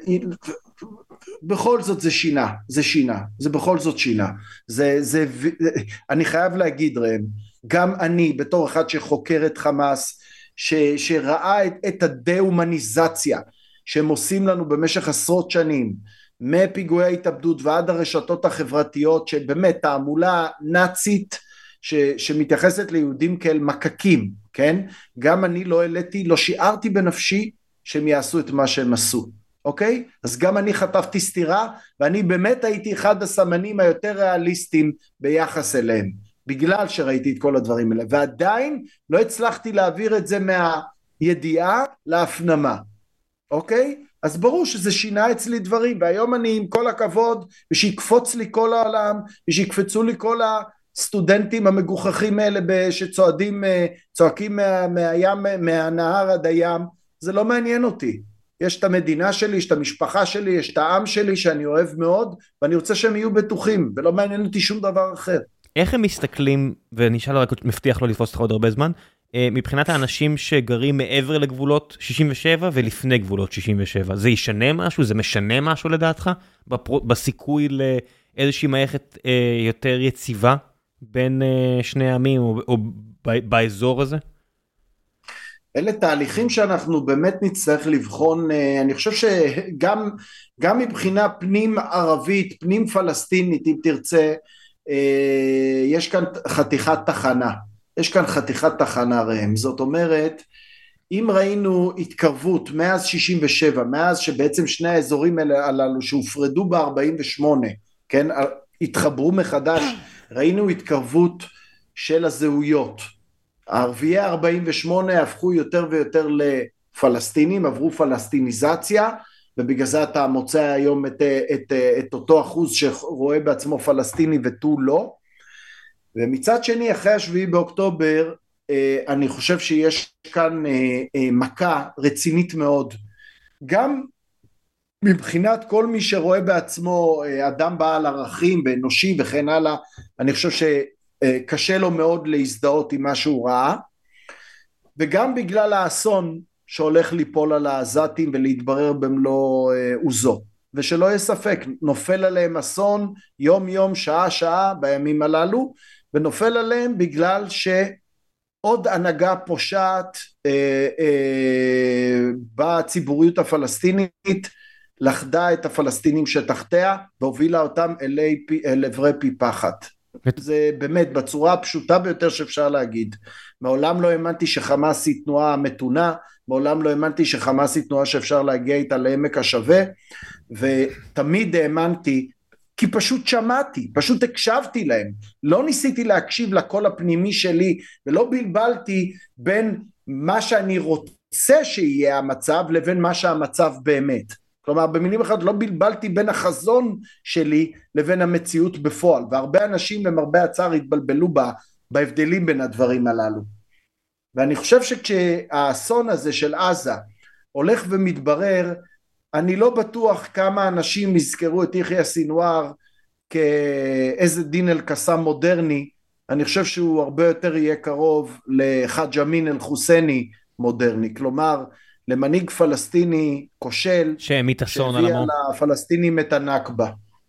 בכל זאת זה שינה, זה שינה, זה בכל זאת שינה. זה, זה, אני חייב להגיד רם, גם אני בתור אחד שחוקר את חמאס, ש, שראה את, את הדה-הומניזציה שהם עושים לנו במשך עשרות שנים, מפיגועי ההתאבדות ועד הרשתות החברתיות, שבאמת תעמולה נאצית, ש, שמתייחסת ליהודים כאל מקקים, כן? גם אני לא העליתי, לא שיערתי בנפשי שהם יעשו את מה שהם עשו, אוקיי? אז גם אני חטפתי סתירה, ואני באמת הייתי אחד הסמנים היותר ריאליסטיים ביחס אליהם, בגלל שראיתי את כל הדברים האלה, ועדיין לא הצלחתי להעביר את זה מהידיעה להפנמה, אוקיי? אז ברור שזה שינה אצלי דברים, והיום אני עם כל הכבוד, ושיקפוץ לי כל העולם, ושיקפצו לי כל ה... סטודנטים המגוחכים האלה שצועדים, צועקים מה, מהים, מהנהר עד הים, זה לא מעניין אותי. יש את המדינה שלי, יש את המשפחה שלי, יש את העם שלי שאני אוהב מאוד, ואני רוצה שהם יהיו בטוחים, ולא מעניין אותי שום דבר אחר. איך הם מסתכלים, ואני שאלה רק מבטיח לא לתפוס לך עוד הרבה זמן, מבחינת האנשים שגרים מעבר לגבולות שישים ושבע ולפני גבולות שישים ושבע, זה ישנה משהו? זה משנה משהו לדעתך? בסיכוי לאיזושהי מערכת יותר יציבה בין שני העמים או באזור הזה? אלה תהליכים שאנחנו באמת נצטרך לבחון. אני חושב שגם גם מבחינה פנים ערבית, פנים פלסטינית, אם תרצה, יש כאן חתיכת תחנה. יש כאן חתיכת תחנה רהם. זאת אומרת, אם ראינו התקרבות מאז שישים ושבע, מאז שבעצם שני האזורים הללו שהופרדו ב-ארבעים ושמונה, כן, התחברו מחדש, ראינו התקרבות של הזהויות. הערביי ארבעים ושמונה הפכו יותר ויותר לפלסטינים, עברו פלסטיניזציה, ובגלל זה אתה מוצא היום את, את, את אותו אחוז שרואה בעצמו פלסטיני ותו לא. ומצד שני, אחרי השביעי באוקטובר, אני חושב שיש כאן מכה רצינית מאוד, גם מבחינת כל מי שרואה בעצמו אדם בעל ערכים ואנושי וכן הלאה. אני חושב שקשה לו מאוד להזדהות עם מה שהוא ראה, וגם בגלל האסון שהולך ליפול על העזתים ולהתברר במלוא עוזו, ושלא יהיה ספק, נופל עליהם אסון יום יום, שעה שעה בימים הללו, ונופל עליהם בגלל שעוד הנהגה פושעת אה, אה, בציבוריות הפלסטינית לחדה את הפלסטינים שתחתיה והובילה אותם אלי, אל עברי פי פחת. זה באמת בצורה הפשוטה ביותר שאפשר להגיד. מעולם לא האמנתי שחמאס היא תנועה מתונה, מעולם לא האמנתי שחמאס היא תנועה שאפשר להגיע איתה לעמק השווה, ותמיד האמנתי, כי פשוט שמעתי, פשוט הקשבתי להם, לא ניסיתי להקשיב לקול הפנימי שלי, ולא בלבלתי בין מה שאני רוצה שיהיה המצב, לבין מה שהמצב באמת. כלומר, במילים אחרות, לא בלבלתי בין החזון שלי לבין המציאות בפועל, והרבה אנשים למרבה הצער התבלבלו בה, בהבדלים בין הדברים הללו. ואני חושב שכשהאסון הזה של עזה הולך ומתברר, אני לא בטוח כמה אנשים יזכרו את יחיא סינואר כאיזה דין אל קסאם מודרני. אני חושב שהוא הרבה יותר יהיה קרוב לחאג' אמין אל חוסייני מודרני, כלומר למנהיג פלסטיני כושל שהביא על הפלסטינים את הנכבה.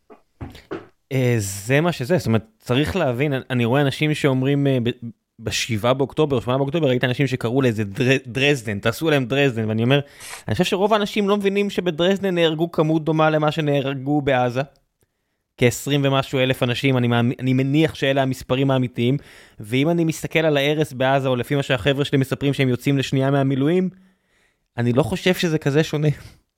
זה מה שזה, זאת אומרת, צריך להבין, אני רואה אנשים שאומרים בשבעה באוקטובר, שמונה באוקטובר, ראיתי אנשים שקראו לאיזה דרזדן, תעשו להם דרזדן, ואני אומר, אני חושב שרוב האנשים לא מבינים שבדרזדן נהרגו כמות דומה למה שנהרגו בעזה, כ-עשרים ומשהו אלף אנשים, אני, אני מניח שאלה המספרים האמיתיים, ואם אני מסתכל על ההרס בעזה, או לפי מה שהחבר'ה שלי מספרים שהם יוצאים לשנייה מהמילואים, אני לא חושב שזה כזה שונה.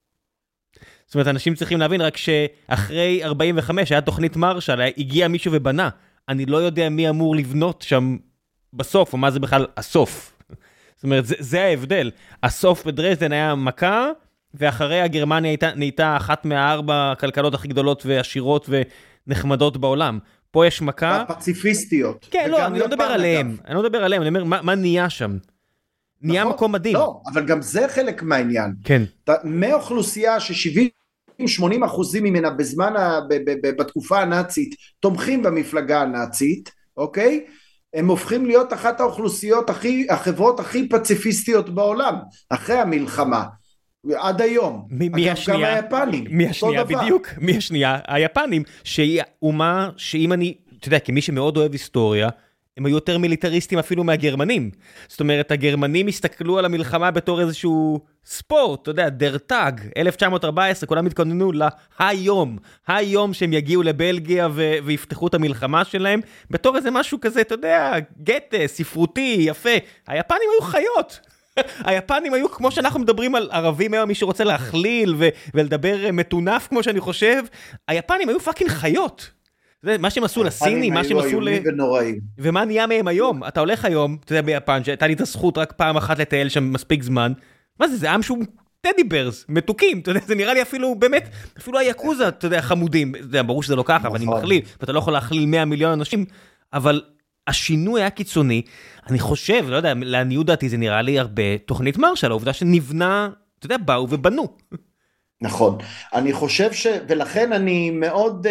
זאת אומרת, אנשים צריכים להבין רק שאחרי ארבעים וחמש, היה תוכנית מרשל, הגיע מישהו ובנה, אני לא יודע מי אמור לבנות שם בסוף, או מה זה בכלל הסוף. זאת אומרת, זה, זה ההבדל. הסוף בדרזדן היה מכה, ואחריה גרמניה הייתה, נהייתה אחת מהארבע הכלכלות הכי גדולות ועשירות ונחמדות בעולם. פה יש מכה... הפציפיסטיות. כן, לא, אני לא מדבר עליהם. אני לא מדבר עליהם, אני אומר, מה, מה נהיה שם? נהיה מקום מדהים. לא, אבל גם זה חלק מהעניין. כן. מאוכלוסייה ש-שבעים שמונים אחוזים ממנה בזמן, בתקופה הנאצית, תומכים במפלגה הנאצית, אוקיי? הם הופכים להיות אחת האוכלוסיות הכי, החברות הכי פציפיסטיות בעולם, אחרי המלחמה, עד היום. מי השנייה? גם היפנים. מי השנייה בדיוק? מי השנייה? היפנים, שהיא אומה, שאם אני, אתה יודע, כמי שמאוד אוהב היסטוריה, הם היו יותר מיליטריסטים אפילו מהגרמנים. זאת אומרת, הגרמנים הסתכלו על המלחמה בתור איזשהו ספורט, אתה יודע, דרטג, אלף תשע מאות וארבע עשרה, כולם התכוננו להיום, היום שהם יגיעו לבלגיה ו- ויפתחו את המלחמה שלהם, בתור איזה משהו כזה, אתה יודע, גטה, ספרותי, יפה. היפנים היו חיות. היפנים היו, כמו שאנחנו מדברים על ערבים היום, מי שרוצה להכליל ו- ולדבר מטונף, כמו שאני חושב, היפנים היו פאקינג חיות. זה מה שהם עשו לסינים, מה שהם עשו ל... ומה נהיה מהם היום? אתה הולך היום, אתה יודע ביפן, שהייתה לי את הזכות רק פעם אחת לטייל שם מספיק זמן, מה זה? זה עם שהוא טדי ברס, מתוקים, אתה יודע, זה נראה לי אפילו, באמת, אפילו היקוזה, אתה יודע, חמודים, זה ברור שזה לא ככה, אבל אני מכליל, ואתה לא יכול להכליל מאה מיליון אנשים, אבל השינוי היה קיצוני, אני חושב, לא יודע, לעניות דעתי זה נראה לי הרבה תוכנית מרשל, העובדה שנבנה, אתה יודע, באו ובנו. נכון, אני חושב ש... ולכן אני מאוד...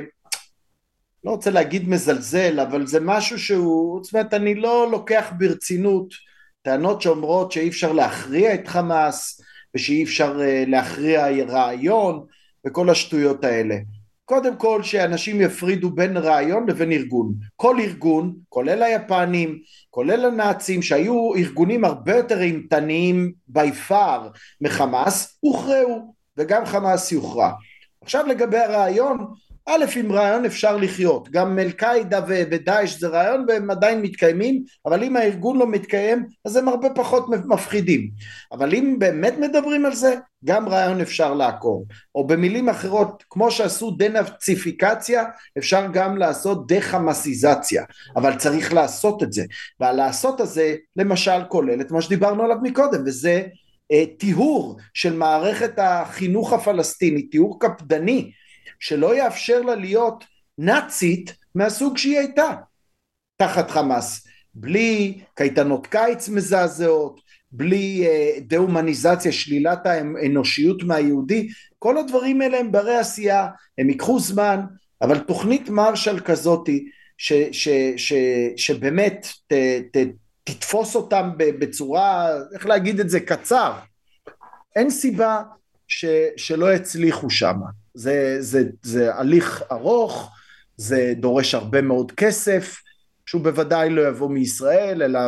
לא רוצה להגיד מזלזל, אבל זה משהו שהוא, זאת אומרת, אני לא לוקח ברצינות טענות שאומרות שאי אפשר להכריע את חמאס, ושאי אפשר להכריע רעיון, וכל השטויות האלה. קודם כל שאנשים יפרידו בין רעיון לבין ארגון. כל ארגון, כולל היפנים, כולל הנאצים, שהיו ארגונים הרבה יותר אימתניים ביפר מחמאס, הוכרעו, וגם חמאס יוכרע. עכשיו לגבי הרעיון, א', עם רעיון אפשר לחיות, גם אל-קאעידה ודאעש זה רעיון והם עדיין מתקיימים, אבל אם הארגון לא מתקיים, אז הם הרבה פחות מפחידים. אבל אם באמת מדברים על זה, גם רעיון אפשר לעקור. או במילים אחרות, כמו שעשו דנאציפיקציה, אפשר גם לעשות דחמאסיזציה, אבל צריך לעשות את זה. והלעשות הזה, למשל, כולל את מה שדיברנו עליו מקודם, וזה אה, טיהור של מערכת החינוך הפלסטיני, טיהור קפדני, שלא יאפשר לה להיות נאצית מהסוג שהיא הייתה תחת חמאס, בלי קייטנות קיץ מזעזעות, בלי אה, דה-הומניזציה, שלילת האנושיות מהיהודי, כל הדברים האלה הם ברי עשייה, הם ייקחו זמן, אבל תוכנית מרשל כזאתי, ש, ש, ש, שבאמת ת, ת, תתפוס אותם בצורה, איך להגיד את זה, קצר, אין סיבה ש, שלא יצליחו שם. זה, זה, זה הליך ארוך, זה דורש הרבה מאוד כסף, שהוא בוודאי לא יבוא מישראל, אלא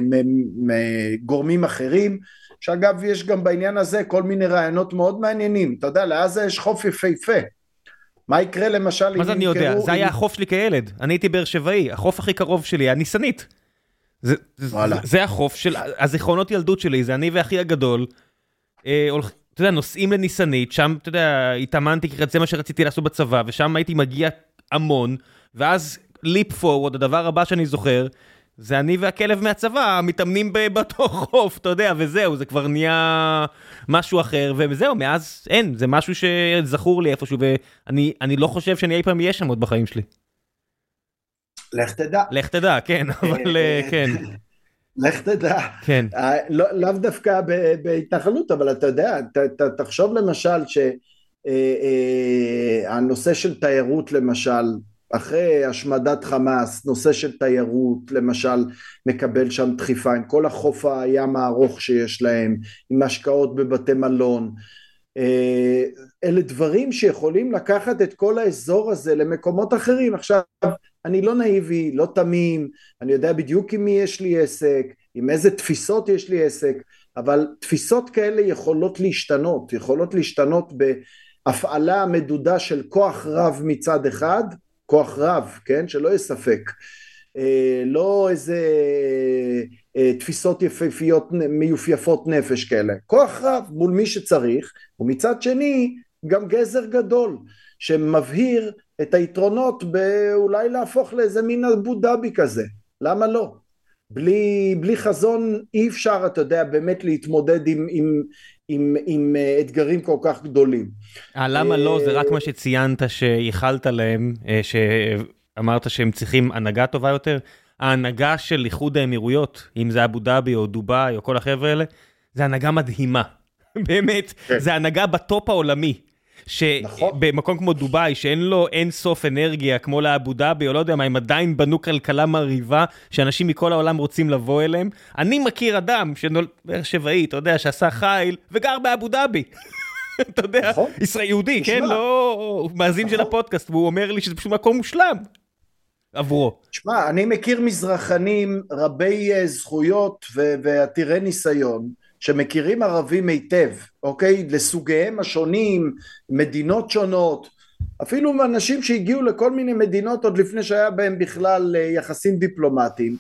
מגורמים אחרים, שאגב יש גם בעניין הזה כל מיני רעיונות מאוד מעניינים, אתה יודע, לעזה יש חוף יפהפה, מה יקרה למשל? מה זה אני יודע? זה היה החוף שלי כילד, אני הייתי באר שבעי, החוף הכי קרוב שלי, הניסנית, זה, זה, זה החוף של, הזיכרונות ילדות שלי, זה אני ואחי הגדול, אה, הולכים, אתה יודע, נוסעים לניסנית, שם, אתה יודע, התאמנתי, כי זה מה שרציתי לעשות בצבא, ושם הייתי מגיע המון, ואז ליפ פורוורד, הדבר הבא שאני זוכר, זה אני והכלב מהצבא, מתאמנים בתוך חוף, אתה יודע, וזהו, זה כבר נהיה משהו אחר, וזהו, מאז אין, זה משהו שזכור לי איפשהו, ואני אני לא חושב שאני אי פעם אהיה שם עוד בחיים שלי. לך תדע. לך תדע, כן, אבל כן. לך תדע, כן. לא, לאו דווקא בהתנחלות, אבל אתה יודע, ת, ת, תחשוב למשל שהנושא של תיירות למשל, אחרי השמדת חמאס, נושא של תיירות למשל מקבל שם דחיפה, עם כל החוף הים הארוך שיש להם, עם השקעות בבתי מלון, אלה דברים שיכולים לקחת את כל האזור הזה למקומות אחרים. עכשיו אני לא נאיבי, לא תמים, אני יודע בדיוק עם מי יש לי עסק, עם איזה תפיסות יש לי עסק, אבל תפיסות כאלה יכולות להשתנות, יכולות להשתנות בהפעלה מדודה של כוח רב מצד אחד, כוח רב, כן, שלא יספק, לא איזה תפיסות יפהפיות מיופייפות נפש כאלה, כוח רב מול מי שצריך, ומצד שני גם גזר גדול שמבהיר את היתרונות באולי להפוך לאיזה מין אבו דאבי כזה, למה לא? בלי, בלי חזון אי אפשר, אתה יודע, באמת להתמודד עם, עם, עם, עם אתגרים כל כך גדולים. למה לא? זה רק מה שציינת שיחלת להם, שאמרת שהם צריכים הנהגה טובה יותר. ההנהגה של איחוד האמירויות, אם זה אבו דאבי או דובאי או כל החבר'ה האלה, זה הנהגה מדהימה. באמת, זה הנהגה בטופ העולמי. שבמקום כמו דובאי, שאין לו אין סוף אנרגיה, כמו לאבו דאבי, או לא יודע מה, הם עדיין בנו כלכלה מרהיבה, שאנשים מכל העולם רוצים לבוא אליהם. אני מכיר אדם, באר שבעי, אתה יודע, שעשה חיל, וגר באבו דאבי. אתה יודע, ישראל יהודי, כן? לא מאזין של הפודקאסט, והוא אומר לי שזה פשוט מקום מושלם עבורו. תשמע, אני מכיר מזרחנים רבי זכויות ועתירי ניסיון, שמכירים ערבים היטב, אוקיי? לסוגיהם השונים, מדינות שונות, אפילו אנשים שהגיעו לכל מיני מדינות עוד לפני שהיה בהם בכלל יחסים דיפלומטיים,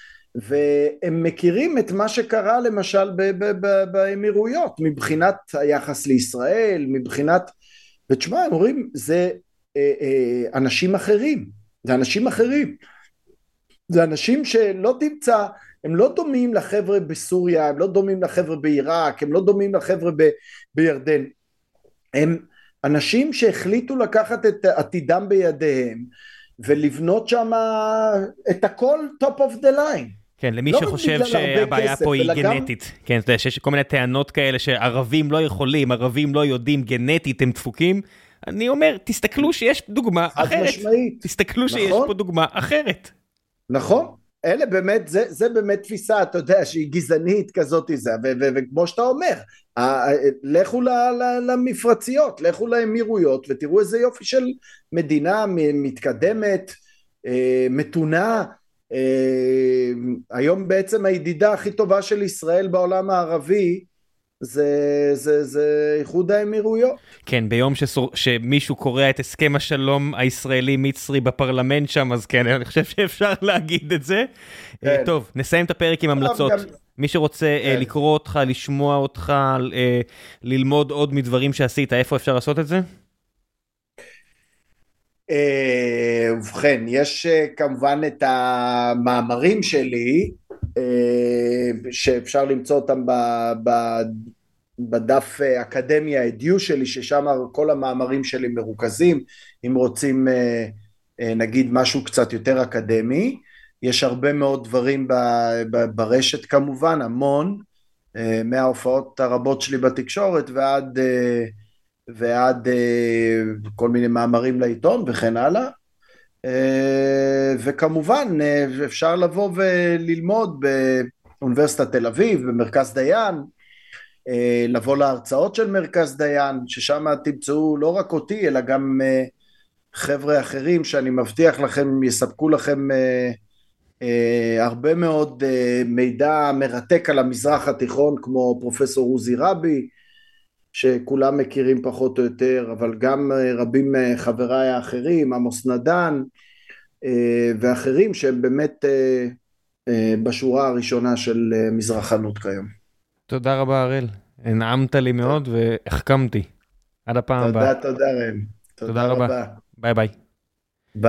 והם מכירים את מה שקרה למשל באמירויות, מבחינת היחס לישראל, מבחינת, ותשמע, הם אומרים, זה אה, אה, אנשים אחרים, זה אנשים אחרים, זה אנשים שלא תמצא, הם לא דומים לחבר'ה בסוריה, הם לא דומים לחבר'ה בעיראק, הם לא דומים לחבר'ה ב- בירדן, הם אנשים שהחליטו לקחת את עתידם בידיהם, ולבנות שם את הכל top of the line. כן, למי לא שחושב שהבעיה פה היא גנטית, גם... כן, אתה יודע, שיש כל מיני טענות כאלה שערבים לא יכולים, ערבים לא יודעים, גנטית הם דפוקים, אני אומר, תסתכלו שיש דוגמה אחרת, משמעית. תסתכלו שיש נכון? פה דוגמה אחרת. נכון. אלה באמת, זה, זה באמת תפיסה, אתה יודע, שהיא גזענית כזאת, זה, ו, ו, וכמו שאתה אומר, ה, לכו ל, ל, למפרציות, לכו לאמירויות, ותראו איזה יופי של מדינה מתקדמת, אה, מתונה, אה, היום בעצם הידידה הכי טובה של ישראל בעולם הערבי, זה, זה, זה איחוד האמירויות. כן, ביום שסור, שמישהו קורא את הסכם השלום הישראלי-מצרי בפרלמנט שם, אז כן, אני חושב שאפשר להגיד את זה. כן. טוב, נסיים את הפרק עם המלצות. גם... מי שרוצה כן. לקרוא אותך, לשמוע אותך, ללמוד עוד מדברים שעשית, איפה אפשר לעשות את זה? ובכן, יש כמובן את המאמרים שלי, שאפשר למצוא אותם ב... ב בדף אקדמיה אדיו שלי, ששם כל המאמרים שלי מרוכזים. אם רוצים נגיד משהו קצת יותר אקדמי, יש הרבה מאוד דברים ברשת כמובן, המון, מההופעות הרבות שלי בתקשורת ועד, ועד כל מיני מאמרים לעיתון וכן הלאה. וכמובן אפשר לבוא וללמוד באוניברסיטת תל אביב, במרכז דיין, לבוא להרצאות של מרכז דיין, ששם תמצאו לא רק אותי, אלא גם חבר'ה אחרים, שאני מבטיח לכם, יספקו לכם הרבה מאוד מידע מרתק על המזרח התיכון, כמו פרופסור עוזי רבי, שכולם מכירים פחות או יותר, אבל גם רבים חבריי האחרים, עמוס נדן, ואחרים שהם באמת בשורה הראשונה של מזרחנות כיום. תודה רבה הראל, נעמת לי מאוד והחכמתי. עד הפעם הבאה. תודה, תודה ראם. תודה רבה. ביי ביי.